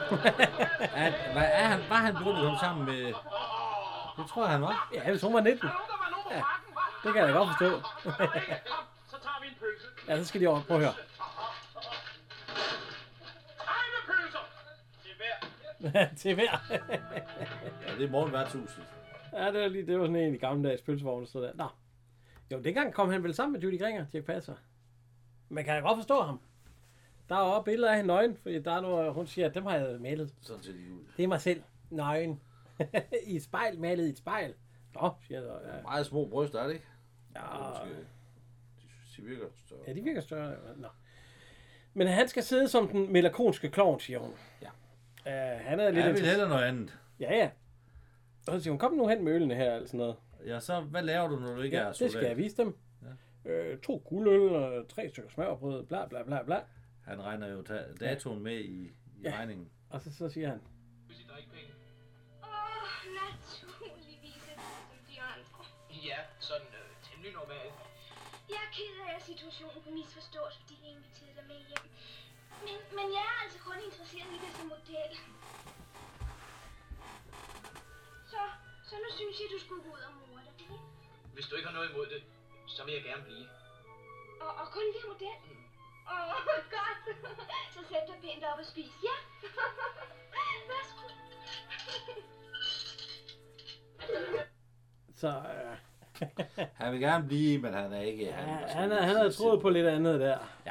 Var han begyndt at komme sammen med... Det tror jeg, han var. Ja, hvis hun var 19. Ja, det kan jeg da godt forstå. Så tager vi en pølse. Ja, så skal de over. Prøv at høre. Ej, med pølser! Til hver. Til hver. Ja, det er morgenværtshuset. Ja, det var sådan en i gamle dages pølsevogn, så der. Nå. Jo, dengang kom han vel sammen med Judy Gringer, Dirch Passer. Man kan da godt forstå ham. Der er også billeder af hende nøgen, fordi der er noget, hun siger, at dem har jeg malet. Sådan ser de ud. Det er mig selv. Nøgen. I et spejl, malet i et spejl. Nå, siger jeg så. Ja. Meget små bryster, er det ikke? Ja. De virker større. Ja, de virker større. Nå. Men han skal sidde som den melankolske klovn, siger hun. Ja. Han er lidt Jeg vil hellere noget andet. Ja. Og så siger hun, kom nu hen med ølene her, eller sådan noget. Ja, så hvad laver du, når du ikke er soldat? Det skal jeg vise dem. Ja. 2 guldøl og 3 stykker smørbrød, bla bla bla bla. Han regner jo datoen med i regningen. Og så siger han. Naturligvis er det som de andre. Ja, sådan temmelig normalt. Jeg er ked af, at situationen kunne misforstås, fordi jeg inviterede dig med hjem. Men jeg er altså kun interesseret i det som model. Så nu synes jeg, du skulle gå ud og more dig, ikke? Hvis du ikke har noget imod det, så vil jeg gerne blive. Og kun være model? Godt. Så sæt dig pænt op og spis. Ja. Værsgo. Så Han vil gerne blive, men han er ikke... han havde troet på lidt andet der. Ja.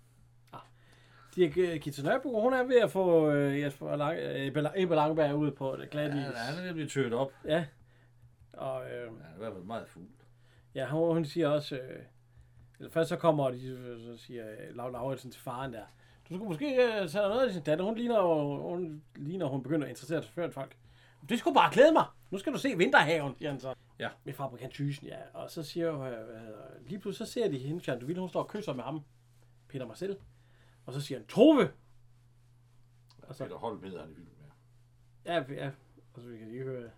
Gitze Nørby, hun er ved at få Ebbe Langberg ud på det glatte is. Ja, han er ved at blive tødt op. Ja. Og Han er i hvert fald meget fuld. ja, hun siger også... eller først så kommer de, så siger Lauritsen til faren der. Du skulle måske tage noget af sin datter. Hun ligner, hun begynder at interessere sig for folk. Det skulle bare klæde mig. Nu skal du se Vinterhaven, siger han så. Ja. Med fabrikant Thyssen, ja. Og så siger lige pludselig, så ser de hende, Jean Deville, hun står og kysser med ham. Peter Marcel. Og så siger han, Tove! Og så Peter Holm hedder han i filmen, ja. Ja, og så vi kan lige høre.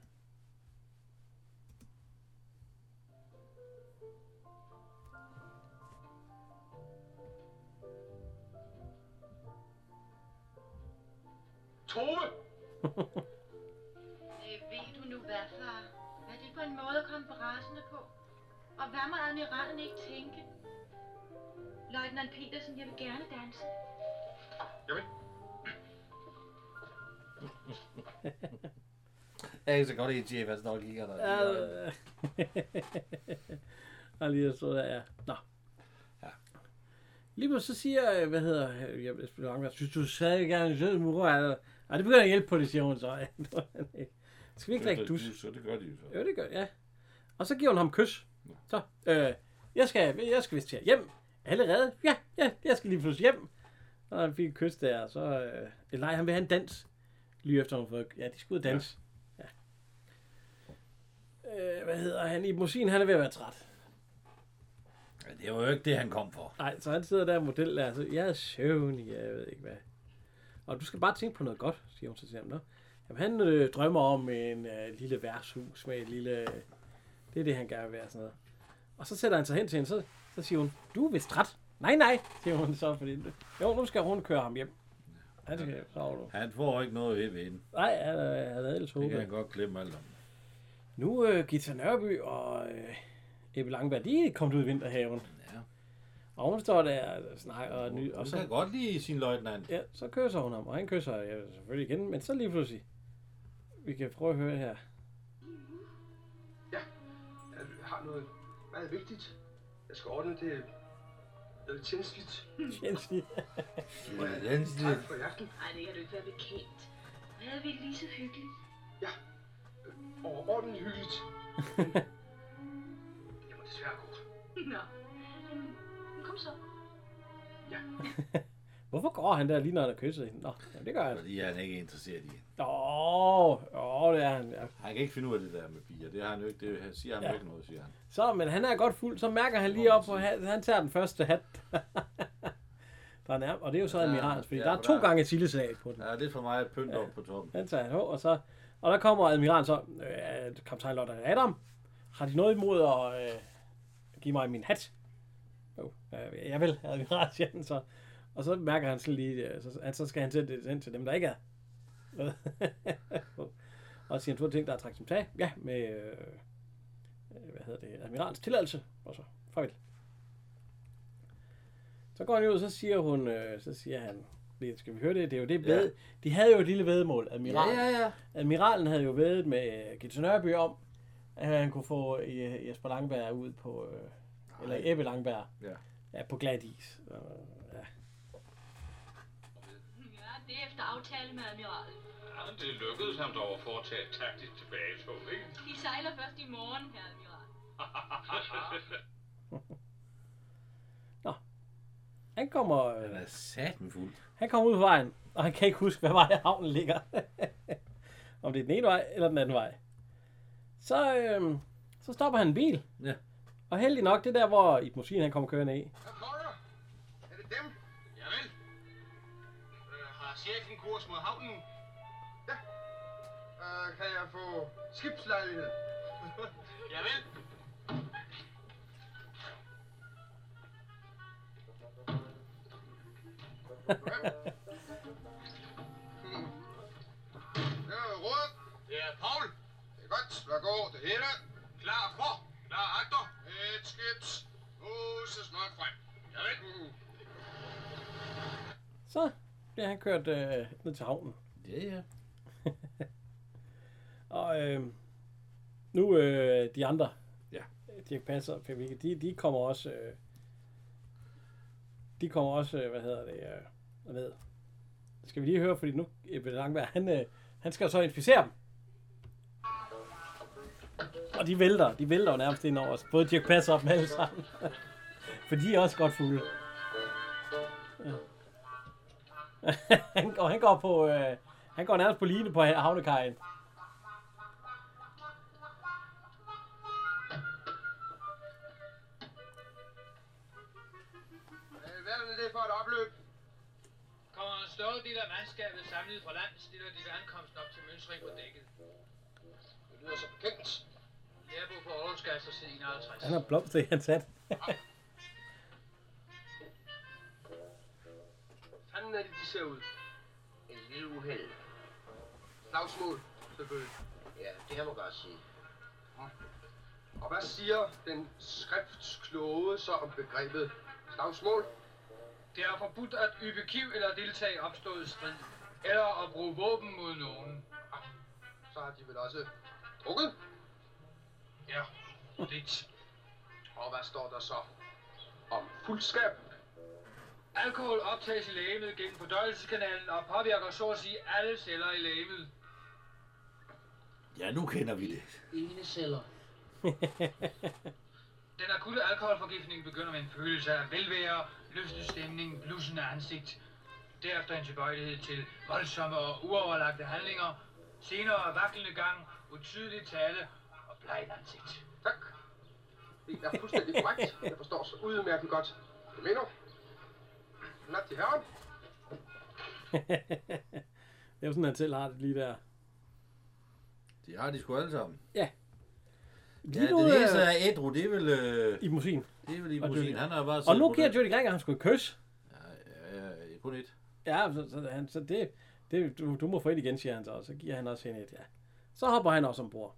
Tove! Ved du nu hvad, far? Er det på en måde at komme på rasende på? Og hvad må admiralen ikke tænke? Løjtnant Petersen, jeg vil gerne danse. Jeg vil. Jeg kan så godt lide Jeff, altså nok kigger der. Og lige at stå der, ja. Nå. Ja. Lige pludselig så siger, synes du sagde gerne en sød mor, eller... Ej, det begynder at hjælpe på det, siger hun så. Skal vi ikke drikke dus? Så det gør de jo så. Jo, det gør, ja. Og så giver hun ham kys. Så, jeg skal vist til hjem. Allerede? Ja, jeg skal lige pludselig hjem. Og han fik et kys der, så... nej, han vil have en dans. Lige efter hun fået... Ja, de skulle ud og danse. Ja. Han? I musikken, han er ved at være træt. Ja, det var jo ikke det, han kom for. Nej, så han sidder der og model der, så jeg er søvnig, jeg ved ikke hvad. Og du skal bare tænke på noget godt, siger hun så til ham. Nå. Jamen, han drømmer om en lille værtshus med et lille... Det er det, han gerne vil være sådan noget. Og så sætter han sig hen til hende, så siger hun, du er vist træt. Nej, siger hun så, fordi... Jo, nu skal hun køre ham hjem. Han får ikke noget ved hende. Nej, han havde ellers håbet. Det kan han godt glemme alt om. Nu Githa Nørby og Ebbe Langberg, de er kommet ud i Vinterhaven. Ja. Og hun står der og snakker og ny. Og så kan godt lide sin løjtnant. Ja, så kysser hun ham, og han kysser selvfølgelig igen, men så lige pludselig. Vi kan prøve at høre her. Ja, jeg har noget meget vigtigt. Jeg skal ordne det noget tjenestligt. Tjenestligt. Tak for i aften. Ej, det kan du ikke være bekendt. Havde vi lige så hyggeligt? Ja, overordentligt hyggeligt. Jeg må desværre gå. Nå, kom så. Ja. Hvorfor går han der lige når han har kysset hende? Nå, jamen, det gør han. Fordi han ikke er interesseret i hende. Det er han, ja. Han kan ikke finde ud af det der med piger. Det har han jo ikke. Det siger han jo ikke noget, siger han. Så, men han er godt fuld. Så mærker han lige op, og han tager den første hat. Der er nærmest, og det er jo så admiralens, fordi der er 2 gange silleslag på den. Ja, det er for mig et pynt op på toppen. Han tager og der kommer admiralen så, kaptajn Lotte Adam, har de noget imod at give mig min hat? Jeg vil, admiral, siger han så. Og så mærker han så lige, så skal han sætte det hen til dem, der ikke er Og siger, du har tænkt dig at trække som tag? Ja, med, admiralens tilladelse. Og så, farvel. Så går han ud, og så siger han, skal vi høre det? Det er jo det ved. De havde jo et lille væddemål, admiralen. Ja. Admiralen havde jo væddet med Gitze Nørby om, at han kunne få Jesper Langberg ud på, eller Ebbe Langberg, på glat is. Ja, det er efter aftale med admiralen. Ja, det lykkedes ham dog at foretage et taktisk tilbagetog, ikke? De sejler først i morgen, herre admiral. Nå. Han kommer... Han er satme fuld. Han kommer ud på vejen, og han kan ikke huske, hvad vej havnen ligger. Om det er den ene vej, eller den anden vej. Så stopper han en bil. Ja. Og heldig nok, det er der, hvor Ib Mossin han kommer kørende i. Er det dem? Javel. Har chefen kurs mod havnen? Ja. Kan jeg få skibslejlighed? Javel. Det er råd. Det er Paul. Det er godt. Hvad går det hele? Klar for. Klar agter. Et skibs. Så snart frem. Javel. Så bliver han kørt ned til havnen. Ja. Og nu de andre, Dirch Passer og Per Wikke, de kommer også, ned. Skal vi lige høre, fordi nu Ebbe Langberg, han skal jo så inficere dem. Og de vælter jo nærmest ind over os. Både Dirch Passer og dem alle sammen. For de er også godt fulde. Han går nærmest på line på havnekajen. Hvad er det for et opløb? Kommer en større del af mandskabet samlet fra land, stiller de ved ankomsten op til mønstring på dækket. Det lyder så bekendt. Jærbo på Aarhusgasser siden 51. Han har blomster i hans hat. Fanden er det, de ser ud? En lille uheld. Slagsmål, selvfølgelig. Ja, det kan man godt sige. Og hvad siger den skriftskloge så om begrebet slagsmål? Det er forbudt at ybe kiv eller deltage i opstået strid, eller at bruge våben mod nogen. Så har de vel også drukket? Ja, lidt. Og hvad står der så om fuldskab? Alkohol optages i lægemet gennem fordøjelseskanalen og påvirker så at sige alle celler i lægemet. Ja, nu kender vi det. Ene celler. Den akutte alkoholforgiftning begynder med en følelse af velvære, løftet stemning, blussende ansigt. Derefter en tilbøjelighed til voldsomme og uoverlagte handlinger. Senere vaklende gang, utydelig tale og bleget ansigt. Tak. Det er fuldstændig korrekt. Jeg forstår så udmærket godt. Hvad mener du? Nat til herren. Det er jo sådan, han selv har det lige der. De har de sgu alle sammen. Ja. Ja, det eneste er ædru, det er vel... Ib Mossin. Det er vel Ib Mossin. Han har bare og nu giver Jody Grenger, han skulle kysse. Ja, kun et. Ja, så det du må få et igen, siger han så. Og så giver han også hende et, ja. Så hopper han også ombord.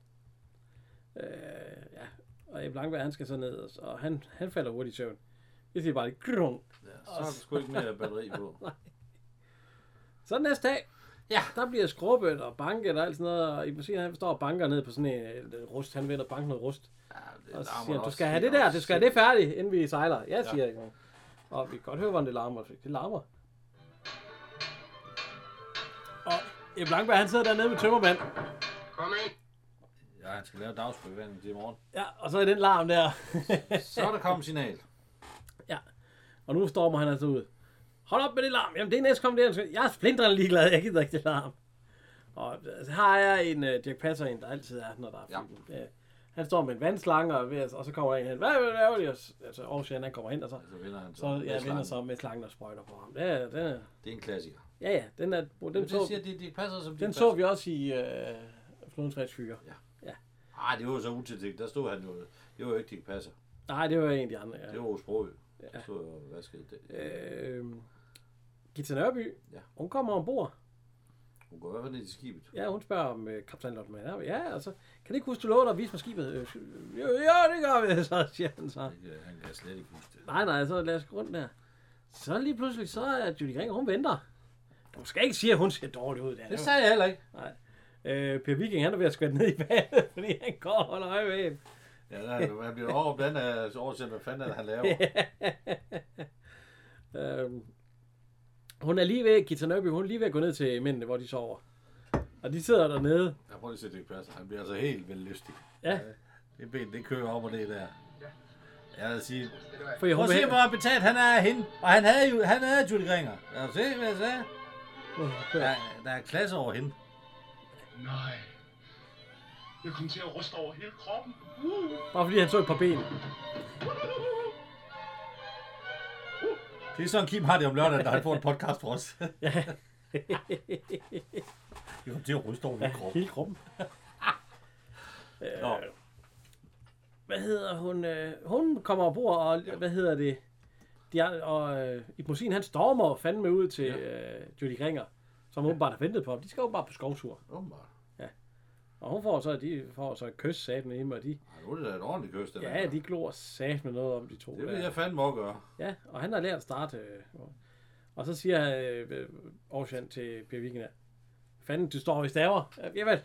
Ja. Og Ebbe Langberg, han skal så ned, og han falder hurtigt i søvn. Det siger bare lidt grung. Ja, så er der sgu ikke mere batteri på. Så næste dag, der bliver skrubbet og banket og alt sådan noget, og Ib Mossin, han står og banker ned på sådan en rust, han vil banke noget rust. Ja, og så siger han, du skal have det der, du skal have det færdigt, inden vi sejler. Ja, siger jeg. Og vi kan godt høre, hvordan det larmer. Det larmer. Og Ebbe Langberg, han sidder dernede med tømmermand. Kom ind. Ja, han skal lave dagsprøvevand til i morgen. Ja, og så er den larm der. Så er der kommet signal. Ja, og nu stormer han altså ud. Hold op med det larm. Jamen, det er næstkommende der. Jeg er splindrende ligeglad. Jeg gider ikke det larm. Og så har jeg en Dirch Passer ind, der altid er, når der er film. Ja. Han står med en vandslange, og så kommer der en hen. Hvad laver de? Altså, Aarhusian, han kommer hen, og så vender så med slangen og sprøjter på ham. Det er en klassiker. Ja, den så vi også i Flodens Rets Fyre. Ja. Ej, det var jo så utiltænkt. Der stod han jo. Det var jo ikke Dirch Passer. Nej, det var en af de andre. Ja. Det var jo Sprogø. Ja. Så hvad skete det? Gitze Nørby, hun kommer ombord. Hun går i hvert fald ned til skibet. Ja, hun spørger om kaptajn Lotman. Ja, altså, kan det ikke huske, du lover dig at vise mig skibet? Ja, det gør vi, så siger han så. Han kan slet ikke huske det. Nej, så lad os gå rundt der. Så lige pludselig, så er Judy Gringer, hun venter. Du skal ikke sige, at hun ser dårlig ud. Det sagde jeg heller ikke. Nej. Per Viking, han er ved at skvætte ned i vandet, fordi han går og holder øje ved hende. Ja, han bliver overblandet af oversendt, hvad fanden han laver. Hun er lige ved, Gita Nørby, hun er lige ved at gå ned til mændene, hvor de sover. Og de sidder dernede. Jeg prøver lige at se, det ikke passer. Han bliver altså helt vel lystig. Ja. Det ben, det kører op og det der. Jeg vil sige... Prøv at se, hvor betalt han er af hende. Og han havde Judy Gringer. Kan du se, hvad jeg sagde? Der er klasse over hende. Nej. Jeg kom til at ryste over hele kroppen. Bare fordi han så et par ben. Det er sådan, Kim har det om lørdagen, da han får en podcast for os. Ja. Jeg kom til at ryste over hele kroppen. Hvad hedder hun? Hun kommer ombord, og hvad hedder det? Ibn han stormer fandme ud til Judy Gringer, som åbenbart har ventet på ham. De skal jo bare på skovtur. Ja. Og hun får så et kys sat med hende, og de... Nu er det da et ordentligt kys, det ja, de glor sat med noget om de to. Det vil jeg fandme også gøre. Ja, og han har lært at starte. Og så siger Ocean til Per Viking, fanden, du står i staver. Javel.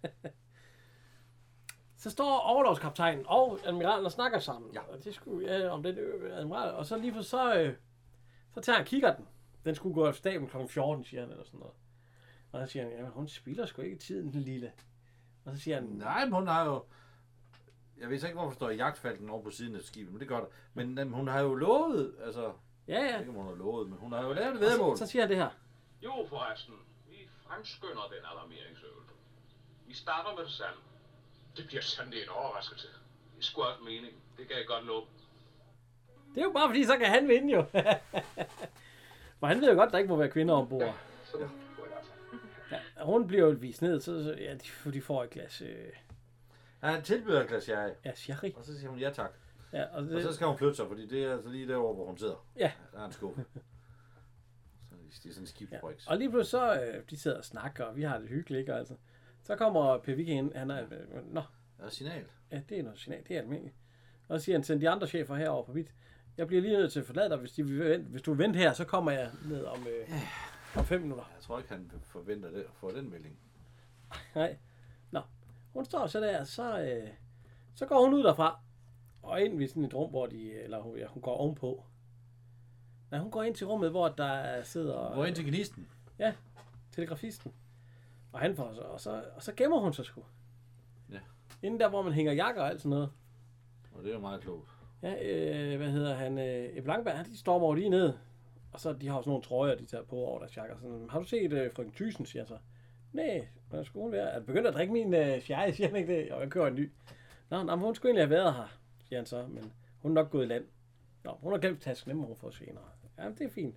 Så står overlovskaptajnen og admiralen og snakker sammen. Ja. Og det skulle om den admiral. Og så lige for så tager han kiggerten. Den skulle gå af staben kl. 14, siger han, eller sådan noget. Og så siger han, jamen hun spilder sgu ikke tiden, den lille. Og så siger han... Nej, men hun har jo... Jeg ved ikke, hvorfor står jagtfalken over på siden af skibet, men det gør der. Men hun har jo lovet, altså... Ja. Jeg ved ikke, om hun har lovet, men hun har jo lavet et vedmål. Så siger han det her. Jo, forresten. Vi fremskynder den alarmeringsøvelse. Vi starter med det samme. Det bliver sådan en overraskelse. Det er sgu også mening. Det kan jeg godt love. Det er jo bare fordi, så kan han vinde jo. For han ved jo godt, at der ikke må være kvinder ombord. Ja, så ja, hun bliver jo vist ned, så ja, de får et glas... Han tilbyder et glas sherry. Ja, sherry. Og så siger hun ja tak. Ja, og så skal hun flytte sig, fordi det er altså lige derovre, hvor hun sidder. Ja. Der er en skuffe. Det er sådan en skibsbryg. Ja. Og lige pludselig så, de sidder og snakker, og vi har det hyggeligt, ikke? Altså. Så kommer Per Viking ind, han er... Nå. Ja, signal. Ja, det er noget signal, det er almindeligt. Og så siger han, send de andre chefer herover på mit. Jeg bliver lige nødt til at forlade dig, hvis du vil vente her, så kommer jeg ned om 5 minutter. Jeg tror ikke, han forventer det at få den melding. Nej. Nå, hun står så der, så går hun ud derfra, og ind ved sådan et rum, hvor hun går ovenpå. Nej, hun går ind til rummet, hvor der sidder... Går ind til gnisten? Ja, telegrafisten. Og han får og så gemmer hun sig sgu. Ja. Inden der, hvor man hænger jakker og alt sådan noget. Og det er jo meget klogt. Ja, hvad hedder han? Ebbe Langberg, de stormer over lige ned. Og så de har også nogle trøjer, de tager på over deres jakker. Sådan, har du set frøken Thyssen, siger så. Nej, hvad skulle hun være? Er du begyndt at drikke min fjerde, siger han ikke det? Og jeg kører en ny. Nå, men hun skulle egentlig have været her, siger han så. Men hun er nok gået i land. Nå, hun har glemt tasken, nemlig hun får senere. Ja, det er fint.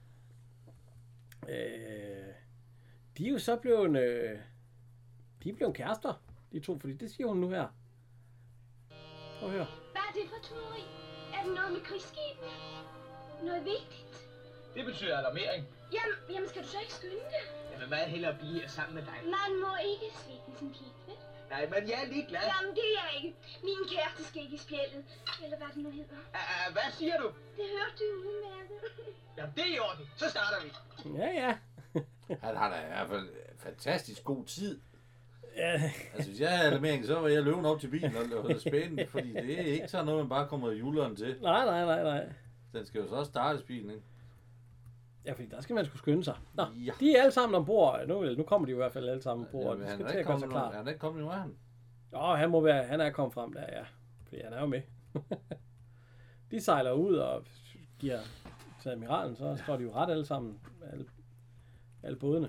De er jo så blevet... de er blevet kærester, de to, fordi det siger hun nu her. Prøv at høre. Hvad er det for tuderi? Er det noget med krigsskibene? Noget vigtigt? Det betyder alarmering. Jamen skal du så ikke skynde dig? Jeg vil meget hellere blive her sammen med dig. Man må ikke svigne sin pige, vel? Nej, men jeg er lige glad. Jamen det er jeg ikke. Min kæreste skal ikke i spjældet. Eller hvad det nu hedder. Hvad siger du? Det hørte du udmærket. Jamen det er i orden. Så starter vi. Ja. Han har da i hvert fald fantastisk god tid. Ja. Altså hvis jeg havde alarmering, så var jeg løven op til bilen og spændende, fordi det er ikke sådan noget, man bare kommer juleren til. Nej. Den skal jo så startes bilen, ikke? Ja, fordi der skal man sgu skynde sig. Nå, ja. De er alle sammen ombord. Nu kommer de i hvert fald alle sammen ombord. Ja, han er ikke kommet nu, er han? Jo, han er kommet frem der, ja. Fordi han er jo med. De sejler ud og giver til admiralen, så står de jo ret alle sammen. Alle bådene.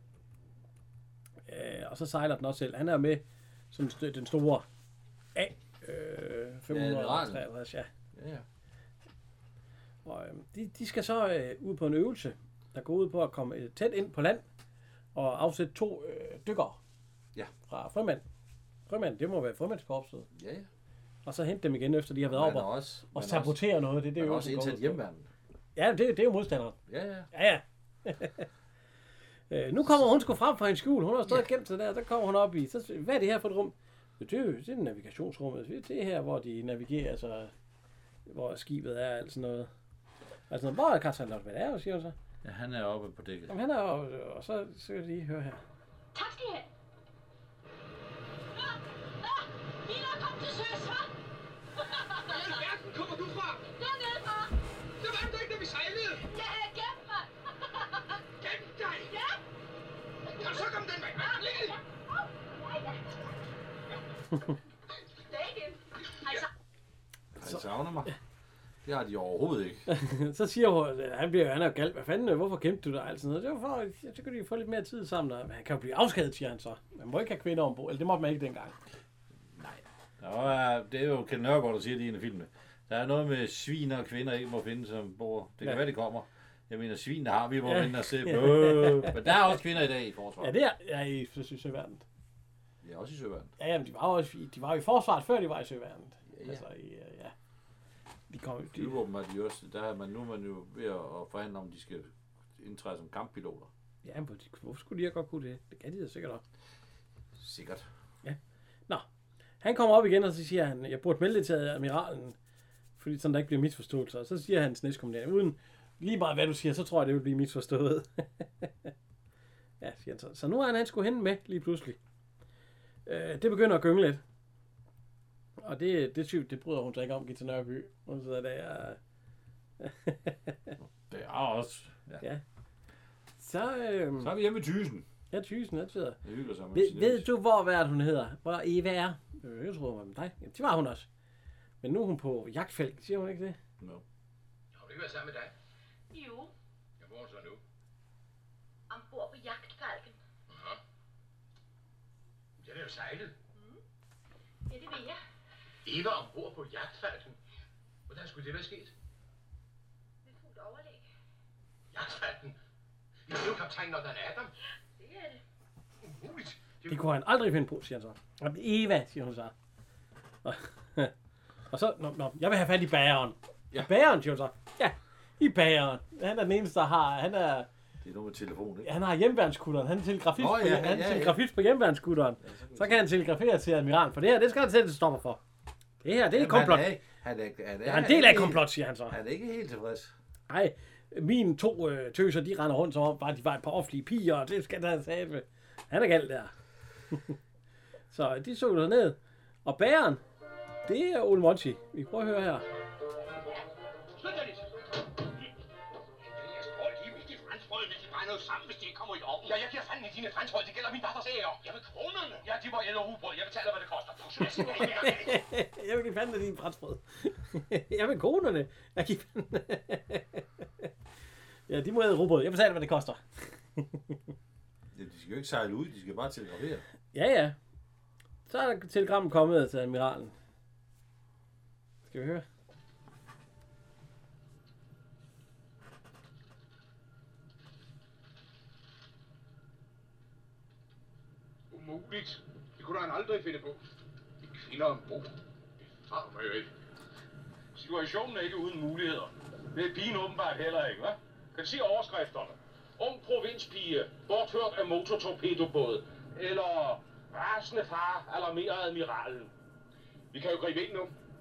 Og så sejler den også selv. Han er med som den store A. 553, ja. Og de skal så ud på en øvelse, der går ud på at komme tæt ind på land og afsætte 2 dykkere fra Frømand. Frømand, det må være Frømandskorpset. Ja. Og så hente dem igen, efter de har været oppe og sabotere noget. Det er jo også indsat hjemmeværnet. Ja, det er jo modstanderen. Ja. Ja. Nu kommer hun sgu frem fra hendes skjul. Hun har stået og gemt sig der. Så kommer hun op i. Så, hvad er det her for et rum? Det er navigationsrummet. Det er her, hvor de navigerer, altså, hvor skibet er, alt sådan noget. Altså, hvor er Carsten Lotte? Hvad er det, siger hun så? Ja, han er oppe på dækket. Jamen, han er oppe, og så skal jeg lige høre her. Tak skal I have. Vi er nok kommet til søs, hva'? Hvor i verden kommer du fra? Dernede, far. Det var du ikke, da vi sejlede. Jeg er gemt mig. Gemt dig? Ja. Kan du så komme den vej? Lige! Det er igen. Altså. Han savner mig. Det har de overhovedet ikke. Så siger hun, han er jo galt. Hvad fanden, hvorfor gemte du dig? Alt sådan noget. Det var for, så kan de få lidt mere tid sammen. Og han kan jo blive afskadet, siger han så. Man må ikke have kvinder ombord. Eller det måtte man ikke dengang. Nej. Det er jo Kjeld Nørgaard, der siger det i en af filmene. Der er noget med svin og kvinder ikke må finde som bor. Det kan være, det kommer. Jeg mener, svin har vi, hvor vinde og se. Men der er også kvinder i dag i forsvaret. Ja, det er i søværnet. Ja, også i søværnet. Ja, jamen, de var jo i forsvaret, før de var i søværnet. Ja. Altså, ja. De kom de var de også. Der er man jo ved at forhandle om, de skal indtræde som kamppiloter. Ja, men hvorfor skulle de have godt kunne det? Det kan de da sikkert også. Sikkert. Ja. Nå, han kommer op igen, og så siger han, jeg burde melde det til admiralen, fordi sådan der ikke bliver misforståelser. Og så siger hans næstkommanderende, uden lige meget hvad du siger, så tror jeg, det vil blive misforstået. Ja, siger han så. Så nu er han sgu hen med lige pludselig. Det begynder at gynge lidt. Og det bryder hun sig ikke om, Gita Nørby. Hun sidder der. Det er også. Ja. Så er vi hjemme i Thyssen. Ja, Thyssen, det sidder. Det hygger sig. Ved du, hvor hun hedder? Hvor Eva er? Jeg tror, det var med dig. Ja, det var hun også. Men nu er hun på jagtfelt, siger hun ikke det? No. Har du ikke været sammen med dig? Jo, Ja, hvor er du så nu? ombord på jagtfalken. Aha. Den er jo sejlet. Ja, det ved jeg. Eva ombord på jagtfalken. Hvordan skulle det være sket? Med fuldt overlæg. Jagtfalken? Vi er jo kaptajn Northern Adam. Det er det. Umuligt. Det kunne han aldrig finde på, siger han så. Og Eva, siger hun så. Og så, jeg vil have fat i bageren. Ja. I bageren, siger hun så. Ja, i bageren. Han er den eneste, der har, Det er noget med telefon, ikke? Han har hjemmeværnskutteren. Han er telegrafist på hjemmeværnskutteren. Så kan han telegrafere til admiralen. For det her, det skal han sætte stopper for. Det her, det er komplot. Han er en del af komplot, siger han så. Han er ikke helt tilfreds. Nej, mine 2 tøser, de render rundt som om, bare de var et par offentlige piger, og det skal der sige med. Han er galt der. Så de så der ned. Og bageren, det er Ole Monti. Vi kan prøve at høre her. Slut jer lidt. Jeg står lige midt i franskbrød, hvis de brænder sammen, hvis de ikke kommer i ovnen. Ja, jeg giver fanden i dine franskbrød. Det gælder min datters ære. Jeg vil kronerne. Ja, de må æde rugbrød. Jeg betaler, hvad det koster. Jeg vil give fanden af din franskbrød. Jeg vil kronerne. Jeg giver fanden. Ja, de må æde rugbrød. Jeg betaler, hvad det koster. Ja, de skal jo ikke sejle ud, de skal bare telegrafere. Ja. Så er der telegrammen kommet til admiralen. Skal vi høre? Umuligt. Det kunne han aldrig finde på. De kvinder ombord. Det tager mig jo ikke. Situationen er ikke uden muligheder. Det er pigen åbenbart heller ikke, hva'? Kan se overskrifterne. Ung provinspige, bortført af motortorpedobåd. Eller rasende far alarmerer admiralen. Vi kan jo gribe ind nu.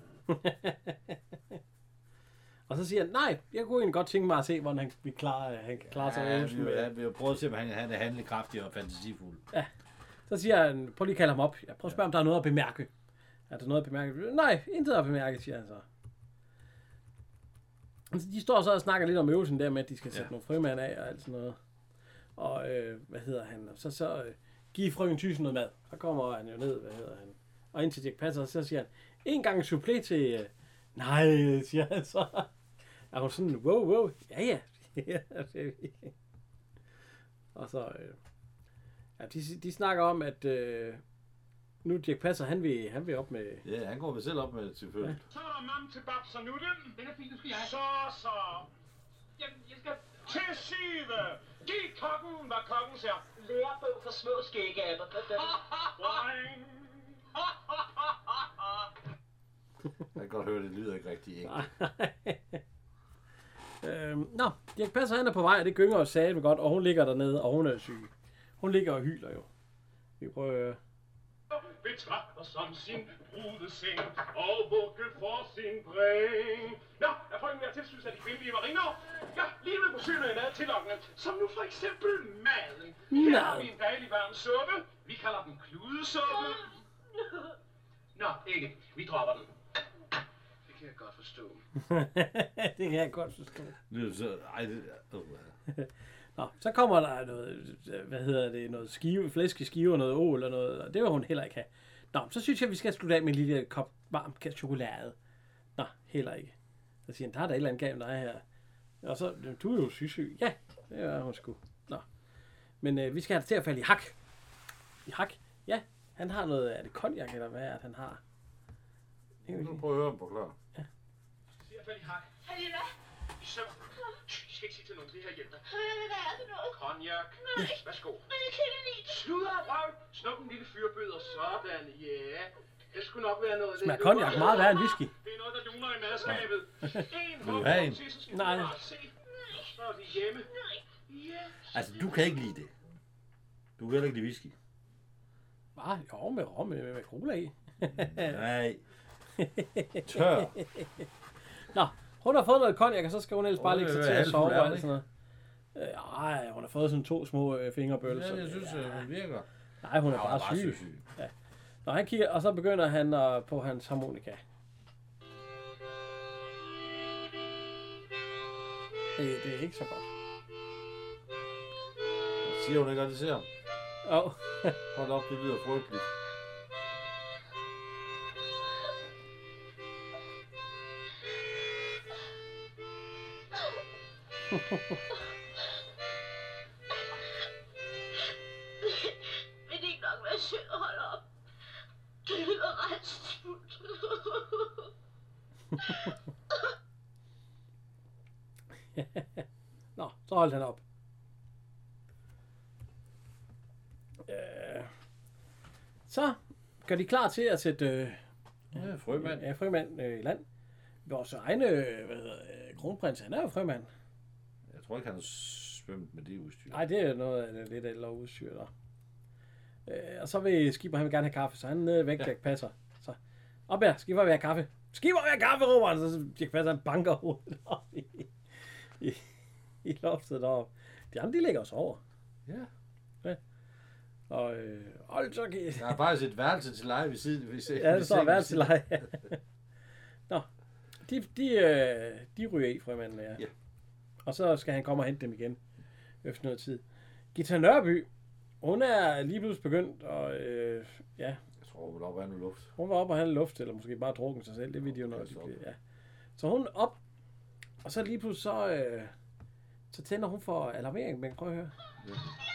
Og så siger han, nej, jeg kunne egentlig godt tænke mig at se, hvordan han kan klare sig. Vi har prøvet at se, om han er handlekraftig og fantasifuld. Ja. Så siger han, prøv lige at kalde ham op. Jeg prøver at spørge, om der er noget at bemærke. Er der noget at bemærke? Nej, intet at bemærke, siger han så. Altså, de står så og snakker lidt om øvelsen der med, at de skal sætte nogle frømænd af og alt sådan noget. Og hvad hedder han? Og så giv frøken Thyssen noget mad. Så kommer han jo ned, hvad hedder han? Og ind til Dirch Passer, og så siger han, en gang soufflé til... nej, siger han så. Er hun sådan, wow, ja. Og så... ja, de snakker om, at nu Dirch Passer, han vil op med... Ja, han går vel selv op med selvfølgelig. Så er der mam til babs og nutten. Den er fint, du skal jeg. Så. Jamen, jeg skal... Til side! Giv kokken, hvad kokken ser. Lærebog for små skægaber. Jeg kan godt høre, det lyder ikke rigtig ægte. Nå, Dirch Passer han er på vej, og det gynger og sagde godt, og hun ligger dernede, og hun er syg. Hun ligger og hyler jo. Vi prøver at høre. Betragter som sin brudeseng og vugge for sin dreng. Nå, er frøken ved at tilslutte af de kvindelige mariner? Ja, lige med forsynerne af tillokkende, som nu for eksempel maden. Her har vi en dejlig varm suppe. Vi kalder den kludesuppe. Nå, ikke. Vi dropper den. Det kan jeg godt forstå. Det kan jeg godt forstå. Nå, så kommer der noget, noget flæskeskive og noget ål og noget, og det vil hun heller ikke have. Nå, så synes jeg, vi skal slutte af med en lille kop varm chokolade. Nå, heller ikke. Så siger han, der er der et eller andet galt med dig her. Og så, du er jo syg. Ja, det er hun sgu. Nå. Men vi skal have det til at falde i hak. I hak? Ja, han har noget, er det konjak eller hvad er det, han har? Nu prøver at høre ham på klar. Ja. Siger fald i hak. Halina? I søvn. I skal ikke sige til nogen, det her hjælper. Hvad er det noget? Konjak. Nej. Værsgo. Men jeg kender lige det. Sludder, røv. Snup en lille fyrbøder. Sådan, ja. Det skulle nok være noget. Smager konjak meget værre end whisky. Det er noget, der luner i madskabet. Vil du have en? Nej. Så er vi hjemme. Ja. Altså, du kan ikke lide det. Du kan heller ikke lide whisky. Hvad? Jo, med cola i. Nej. Tør. Nå, hun har fået noget konjak, og så skal hun ellers bare lægge sig til at sove og alt ikke? sådan noget. Ej, hun har fået sådan 2 små fingerbølser. Ja, jeg synes, hun virker. Nej, hun er bare syg. Ja. Når han kigger, og så begynder han på hans harmonika. Det er ikke så godt. Siger hun ikke, at det ser ham? Jo. Hold op, det lyder frygteligt. Vil det ikke nok være sød at holde op? Det lyder ret stort. Nå, så holdt han op. Så gør de klar til at sætte frømand i land. Vores egne kronprins, han er jo frømand. Jeg tror ikke, han har svømmet med det udstyr. Nej, det er noget af det lidt ældre udstyr der. Og så vil Skipper, han vil gerne have kaffe, så han er nede væk, Dirch Passer. Så op her, Skipper vil have kaffe. Skipper vil have kaffe, råber han. Så Dirch Passer, han banker hovedet op i loftet deroppe. De andre, de ligger også over. Ja. Og hold så kæft. Der er faktisk et værelse til leje ved siden. Ja, det står et værelse til leje. Nå, de ryger i frømanden, ja. Og så skal han komme og hente dem igen efter noget tid. Gita Nørby, hun er lige pludselig begyndt, og ja. Jeg tror, hun var oppe og handle luft. Hun var oppe og handle luft, eller måske bare drukken sig selv. Det vil de jo noget. Ja. Så hun op, og så lige pludselig så tænder hun for alarmering, men prøv at høre. Ja.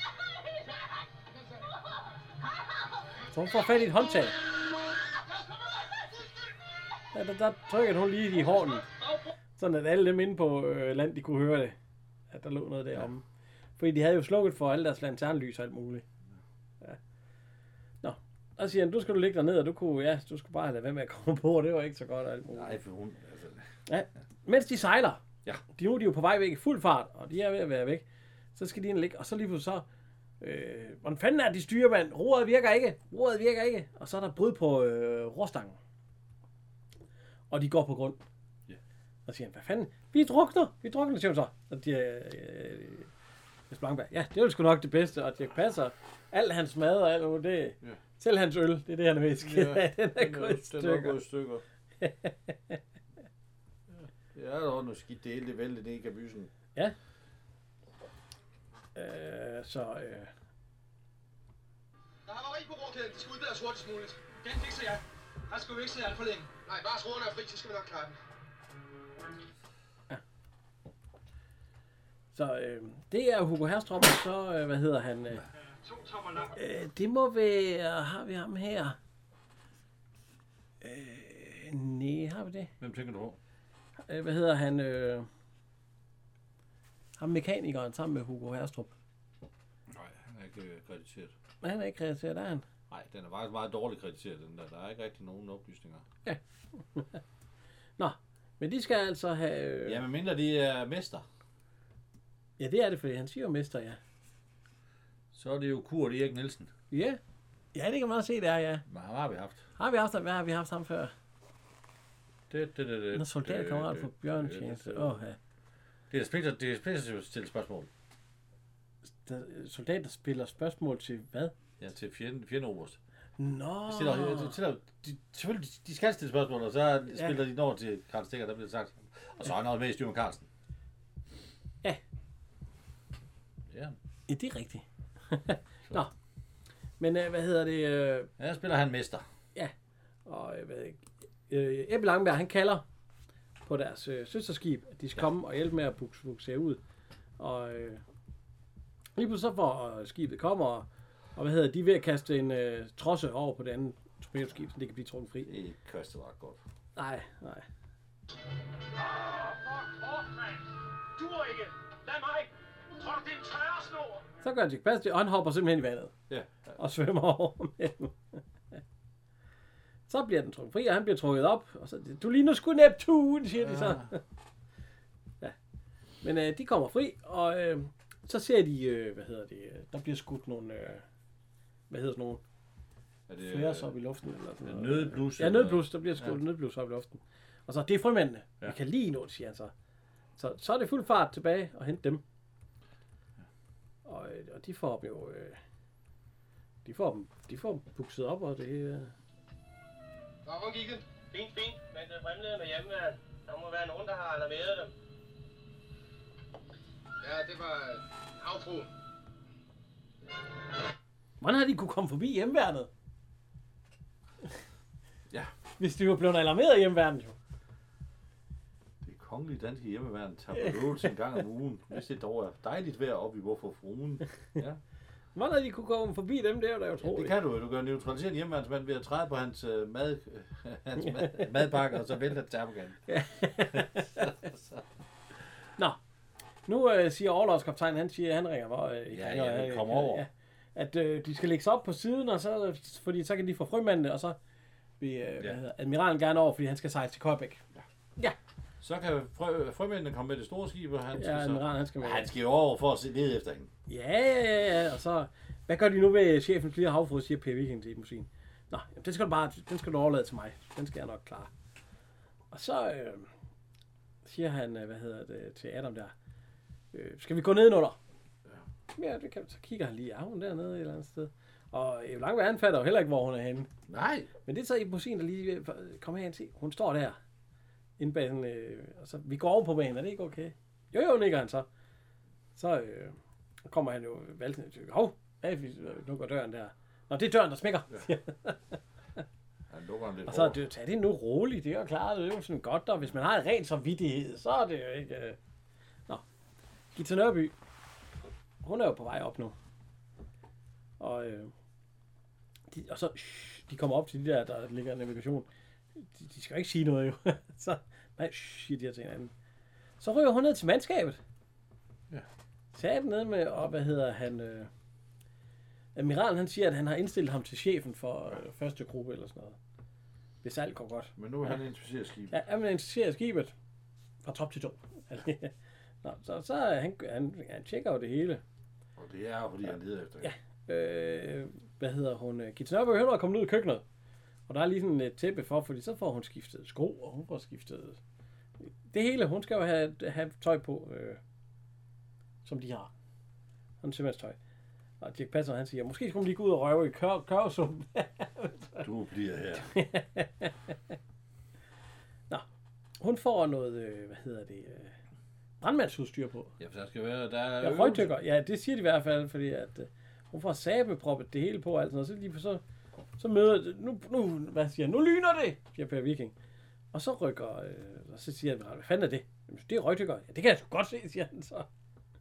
Så hun får fat i et håndtag. Ja, der trykkede hun lige i hånden. Sådan at alle dem inde på land, de kunne høre det. At der lå noget deromme. Fordi de havde jo slukket for alle deres lanternlys og alt muligt. Ja. Nå, og siger han, du skal ligge dernede, og du skulle bare lade være med at komme på. Det var ikke så godt og alt muligt. Nej, for hun... Altså... Ja, mens de sejler. Ja. De er jo på vej væk i fuld fart, og de er ved at være væk. Så skal de ind og ligge, og så lige pludselig så... hvordan fanden er de styrmand? Roret virker ikke. Og så er der brud på rorstangen. Og de går på grund. Ja. Og siger han, hvad fanden? Vi drukner, siger hun så. Og de Blankberg, ja, det er jo sgu nok det bedste. Og Dirch Passer, alt hans mad og alt muligt, det selv hans øl, det er det, han er mest ked af. Den er gået i stykker. Det er da noget skidt, det hele det vælter ned i kabysen. Ja. Der er havari på rorkæden. Det skal udbedres hurtigst muligt. Den fikser jeg. Her skal vi ikke sidde alt for længe. Nej, bare skruerne er fri, så skal vi nok klare den. Ja. Så det er Hugo Herstrup, og så, hvad hedder han? Det må være, har vi ham her? Nej, har vi det? Hvem tænker du på? Hvad hedder han? Ham mekanikeren sammen med Hugo Herstrup. Nej, han er ikke krediteret. Han er ikke krediteret, er han? Nej, den er faktisk meget dårligt krediteret, den der. Der er ikke rigtig nogen oplysninger. Ja. Nå, Men de skal altså have... Ja, men mindre de er mester. Ja, det er det, fordi han siger jo mester, ja. Så er det jo Kurt Erik Nielsen. Ja. Ja, det kan man se, det er, ja. Hvad har vi haft? Hvad har vi haft ham før? Når soldatkammerat for bjørnetjeneste. Ja. Det er Splinter til spørgsmål. Soldater spiller spørgsmål til hvad? Ja, til fjendeoberst. Nå. Selvfølgelig, de skal stille spørgsmål, og så spiller de over til Karl Stikker, der bliver sagt. Og så er han også med i Styrman Carlsen. Ja. Ja. Ja, det er rigtigt. Nå. Men hvad hedder det? Ja, spiller han mester. Ja. Og Ebbe Langberg, han kalder på deres søsterskib, at de skal komme og hjælpe med at buksere ud. Og lige pludselig så får skibet kommer, og hvad hedder de er ved at kaste en trosse over på det andet torpedoskib, så det kan blive trukket fri. Det koster ret godt. Nej. For mand! Du er ikke! Lad mig! Tror du, det er en tørresnor? Så gør han sig pas til, og han hopper simpelthen i vandet. Ja. Og svømmer over med den. Så bliver den trukket fri, og han bliver trukket op. Og så, du ligner sgu Neptun, siger de så. Ja. Men de kommer fri, og så ser de, der bliver skudt nogle, flares op i luften. Eller sådan noget. Nødblus. Ja, nødblus, der bliver skudt nødblus op i luften. Og så, det er frømændene. Ja. Vi kan lige nå det, siger han så. Så er det fuld fart tilbage og hente dem. Og de får dem jo, de får dem bukset op, og det... Hvordan gik det? Fint, men det fremleder med hjemmeværn. Der må være nogen, der har alarmeret dem. Ja, det var havfruen. Hvordan har de kunne komme forbi hjemmeværnet? Ja. Hvis de var blevet alarmeret af hjemmeværnet, jo. Det kongelige danske hjemmeværn tager på øvelse en gang om ugen, hvis det dog er dejligt vejr oppe i Hvorfor Fruen. Ja. Hvordan har de kunne komme forbi dem der, der er utroligt? Ja, det kan du jo. Du kan neutralisere en hjemmeværnsmand ved at træde på hans madpakke, og så vælter termogan. Ja. Nå. Nu siger overlovskaptajnen, han ringer, hvor kommer over. Ja, at de skal lægge sig op på siden, og så, fordi så kan de få frømændene, og så vil admiralen gerne over, fordi han skal sejle til Kørbæk. Ja. Så kan frømændene komme med det store skib, og han skal med. Han skal jo over for at lede efter hende. Ja, og så, hvad gør de nu ved chefens lille havfrue, siger Per Viking til musikken. Nå, jamen, den skal du overlade til mig. Den skal jeg nok klare. Og så siger han, til Adam der, skal vi gå ned under? Ja, det kan, så kigger han lige, er hun dernede et eller andet sted? Og Langberg, han fatter jo heller ikke, hvor hun er henne. Nej. Men det er så i musikken, der lige kommer her og se, hun står der. Inde bag sådan, og så, vi går over på banen, er det ikke okay? Jo, nikker han så. Så kommer han jo valgten til, hov, nu går døren der. Nå, det er døren, der smækker. Ja. Og så tag det nu roligt, det er jo klart, det er jo sådan godt, og hvis man har en ren samvittighed, så er det jo ikke... Nå, Gita Nørby, hun er jo på vej op nu. Og så, de kommer op til de der ligger navigation. De skal jo ikke sige noget jo. Så, nej, siger de her til hinanden. Så ryger hun ned til mandskabet. Ja. Tager den ned med, og admiralen, han siger, at han har indstillet ham til chefen for første gruppe eller sådan noget. Hvis alt går godt. Men nu er han interesseret i skibet. Ja, han er interesseret i skibet. Fra top til to. Nå, så han tjekker jo det hele. Og det er jo, fordi han leder efter. Ja. Gita Nørby hører at komme ud i køkkenet. Og der er lige sådan et tæppe for, fordi så får hun skiftet sko, og hun får skiftet det hele. Hun skal jo have tøj på, som de har. Sådan sømandstøj. Og Dirch Passer, han siger, måske skulle man lige gå ud og røve i kørvsumpen. Du bliver her. Nå, hun får noget, brandmandsudstyr på. Ja, for der skal være, der er røgtykker. Ja, det siger de i hvert fald, fordi at hun får sabeproppet det hele på, og alt sådan noget. Så møder nu lyner det, siger Per Viking. Og så rykker, og så siger han, hvad fanden er det? Jamen, det er røgtykker. Ja, det kan jeg sgu godt se, siger han så.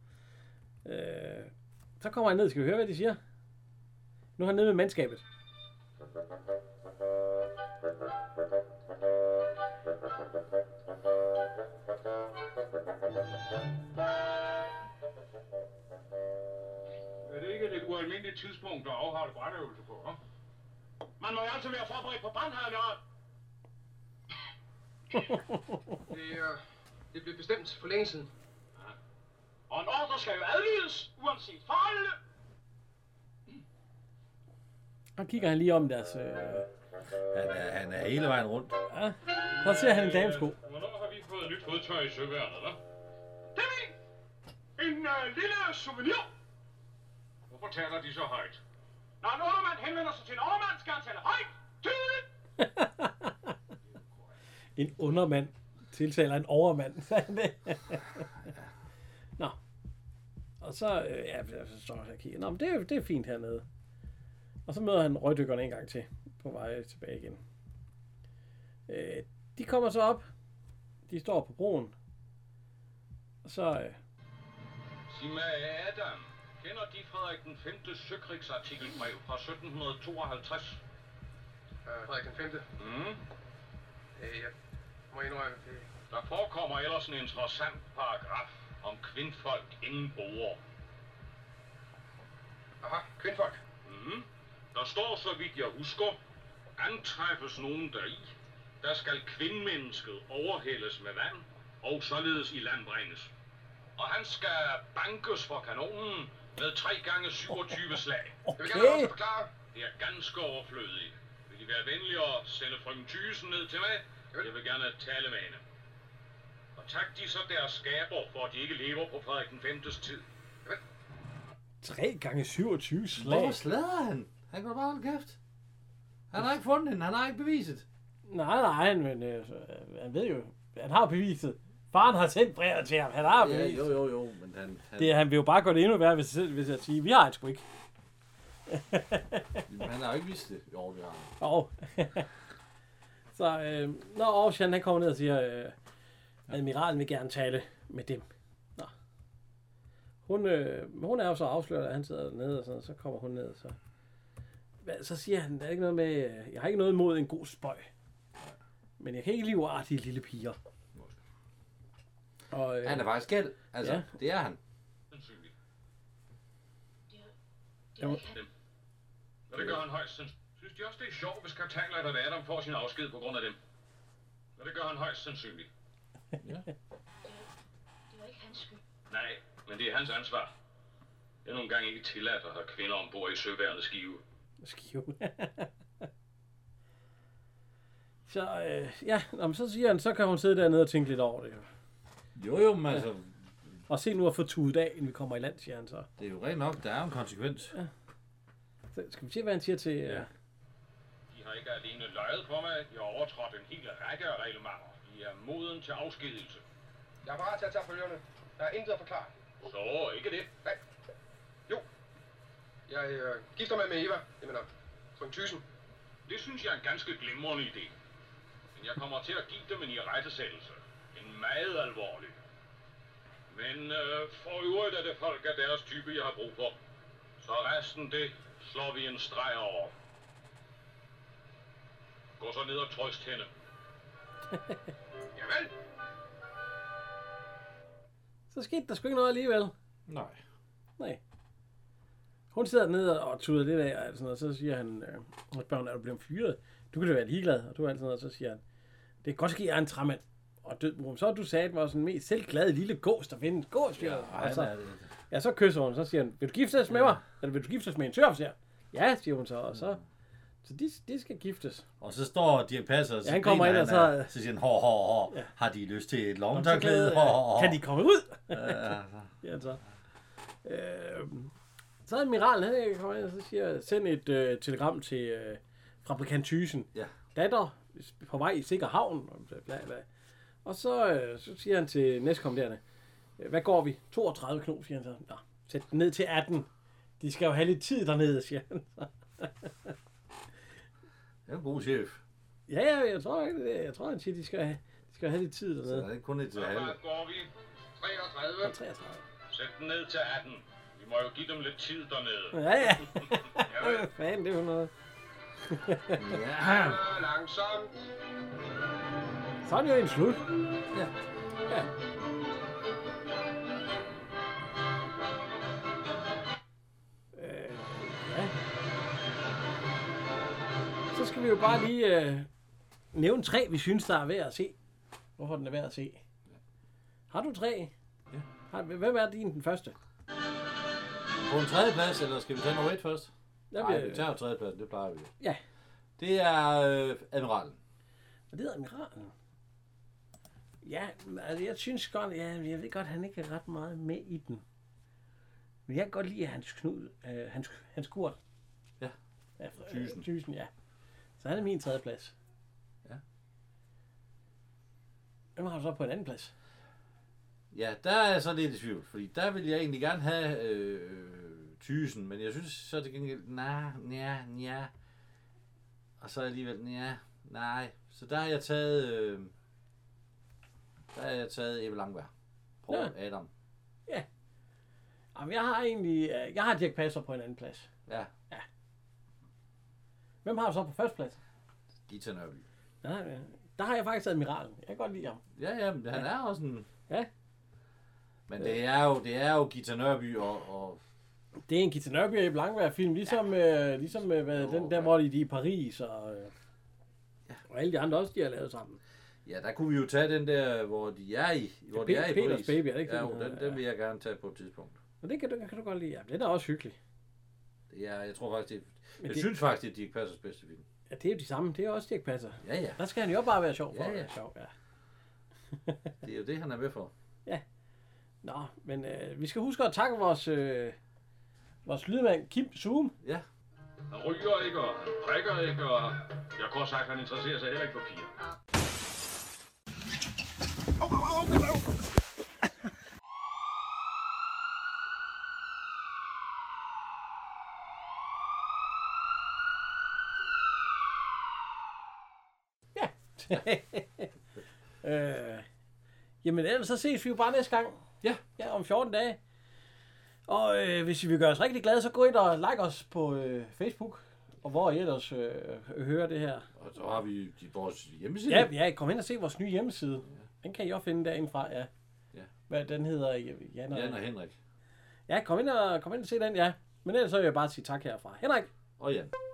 Så kommer han ned, skal vi høre, hvad de siger? Nu er han nede med mandskabet. Er det ikke et ualmindeligt tidspunkt at afholde brandøvelse på, hva'? Man må jo altid være forberedt på brandhavn, Det blev bestemt for længe siden. Ja. Og en ordre skal jo adlydes, uanset forholdene. Og kigger han lige om deres... Han er hele vejen rundt. Ja, så ser han en damesko. Hvornår har vi fået nyt fodtøj i søværnet, hva'? Det er en lille souvenir. Hvorfor taler de så højt? Når en undermand henvender sig til en overmand, skal han tale højt, tydeligt. En undermand tiltaler en overmand. Nå. Og så, ja, så står jeg og kigger. Nå, men det er fint hernede. Og så møder han røgdykkerne en gang til, på vej tilbage igen. De kommer så op. De står på broen. Og så... Sig mig, Adam, kender de Frederik den 5. søkrigsartikelbrev fra 1752? Frederik den 5. Jeg må indrømme det. Der forekommer ellers en interessant paragraf om kvindfolk inden boer. Aha, kvindfolk. Der står, så vidt jeg husker, antræffes nogen deri, der skal kvindmennesket overhældes med vand, og således i land brændes. Og han skal bankes for kanonen med 3 gange 27 slag. Okay. Det vil jeg også forklare. Det er ganske overflødigt. Vil I være venlige at sende frøken Thysen ned til mig? Jeg vil gerne tale med hende. Og tak de så deres skaber, for at de ikke lever på Frederik den 5. tid. 3 gange 27 slag. Hvorfor slader han? Han går bare holde kæft. Han har ikke fundet hende, han har ikke beviset. Nej, men han ved jo, han har beviset. Faren har sendt brevet til ham, han har beviset. Jo, men han vil jo bare gøre det endnu værre, hvis jeg siger, vi har et sgu ikke. Han har jo ikke vist det. Jo, det har han. Jo. Så når Ocean, han kommer ned og siger, admiralen vil gerne tale med dem. Nå. Hun er jo så afsløret, at han sidder dernede, og sådan, så kommer hun ned, så siger han, der er ikke noget med, jeg har ikke noget imod en god spøj. Men jeg kan ikke lide uartige lille piger. Og, han er faktisk gæld. Altså, ja. Det er han. Det gør han højst sandsynligt. Synes de også, det er sjovt, hvis kaptajnlejder Adam får sin afsked på grund af dem? Og det gør han højst sandsynligt. Det var ikke hans skyld. Nej, men det er hans ansvar. Det er nogle gange ikke tilladt at have kvinder ombord i søværende Skive. Så så siger han, så kan hun sidde dernede og tænke lidt over det. Jo, men altså... Og se nu at få tudet af, inden vi kommer i land, siger han så. Det er jo rent nok, der er en konsekvens. Ja. Så skal vi se, hvad han siger til... Ja. De har ikke alene løjet på mig, de har overtrådt en hel række af reglementer. De er moden til afskedelse. Jeg er parat til at tage følgerne. Der er intet at forklare. Så ikke det? Nej. Jo. Jeg gifter mig med Eva. Jeg mener, frøken Thysen. Det synes jeg er en ganske glimrende idé. Men jeg kommer til at give dem en irettesættelse. En meget alvorlig. Men for øvrigt er det folk af deres type, jeg har brug for. Så resten det slår vi en streg over. Gå så ned og trøst hende. Jamen. Så skete der sgu ikke noget alligevel. Nej. Hun sidder nede og tuder lidt af, og, sådan noget, så siger han, spørger, er du blevet fyret? Du kan da være ligeglad, og du er altid noget, og så siger han, det kan godt ske, at jeg er en træmand. Og død, så du sagde, at var sådan mest selvglade lille gås, der findes. Gås, siger ja, så kysser hun, så siger han, vil du giftes med mig? Eller vil du giftes med en søofficer? Ja, siger hun så, og så de skal giftes. Og så står Dirch Passer, og han kommer ind, og så siger han, ja. Har de lyst til et lommetørklæde? Kan de komme ud? Ja, så. Så er admiralen, han kommer ind, og så siger, send et telegram til fabrikant Thysen. Ja. Datter på vej i sikker havn. Og så siger han til næstkommanderende, hvad går vi? 32 knob, siger han så. Nå, sæt den ned til 18. De skal jo have lidt tid dernede, siger han. Det er en god chef. Ja, jeg tror ikke det. Jeg tror, han siger, de skal have lidt tid dernede. Så er det kun et til halve. Så går vi. 33. 33. Sæt den ned til 18. Vi må jo give dem lidt tid dernede. Ja. Hvad fanden, det er jo noget. Ja. Langsomt. Så er det jo en slut. Ja. Så skal vi jo bare lige nævne 3, vi synes, der er værd at se. hvorfor den er værd at se. Har du 3? Ja. Hvem er din den første? På en 3. plads, eller skal vi tage nummer 1 først? Nej, vi tager jo 3. pladsen, det plejer vi. Ja. Det er Admiralen. Og det er Admiralen. Ja, altså jeg synes godt, jeg ved godt, han ikke er ret meget med i den. Men jeg kan godt lide hans knud, hans kurt. Ja. Thyssen, ja. Så han er min 3. plads. Ja. Hvem har du så på en anden plads? Ja, der er jeg så lidt i tvivl, fordi der vil jeg egentlig gerne have Thyssen, men jeg synes så til gengæld, ja. Og så alligevel, nej. Så der har jeg taget, Ebbe Langberg. Poul Adam. Ja. Jamen, jeg har Dirch Passer på en anden plads. Ja. Hvem har du så på første plads? Gita Nørby. Der har jeg faktisk Admiralen. Jeg kan godt lide ham. Ja, men han er også en... Ja. Men det er jo Gita Nørby og... Det er en Gita Nørby og Ebbe Langberg film, ligesom den der, hvor de er i Paris og alle de andre også, de har lavet sammen. Ja, der kunne vi jo tage den der, hvor de er i Paris. Peters Baby, er det ikke den vil jeg gerne tage på et tidspunkt. Og det kan du godt lide. Ja, den er også hyggelig. Ja, jeg tror faktisk, jeg synes faktisk, det er Dirch Passers bedste film. Ja, det er jo de samme. Det er også Dirch Passer. Ja. Der skal han jo bare være sjov for. Ja. Sjov, ja. Det er jo det, han er med for. Ja. Nå, men vi skal huske at takke vores lydmand Kim Zoom. Ja. Han ryger ikke, og han drikker ikke, og jeg har kort sagt, han interesserer sig heller ikke for piger. Jamen ellers så ses vi jo bare næste gang. Ja, om 14 dage. Og hvis I vil gøre os rigtig glade, så gå ind og like os på Facebook. Og hvor I ellers hører det her. Og så har vi vores hjemmeside. Ja, kom ind og se vores nye hjemmeside. Ja. Den kan I også finde derindefra, ja. Hvad den hedder? Jan og Henrik. Ja, kom ind og se den, ja. Men ellers så vil jeg bare sige tak herfra. Henrik. Og Jan.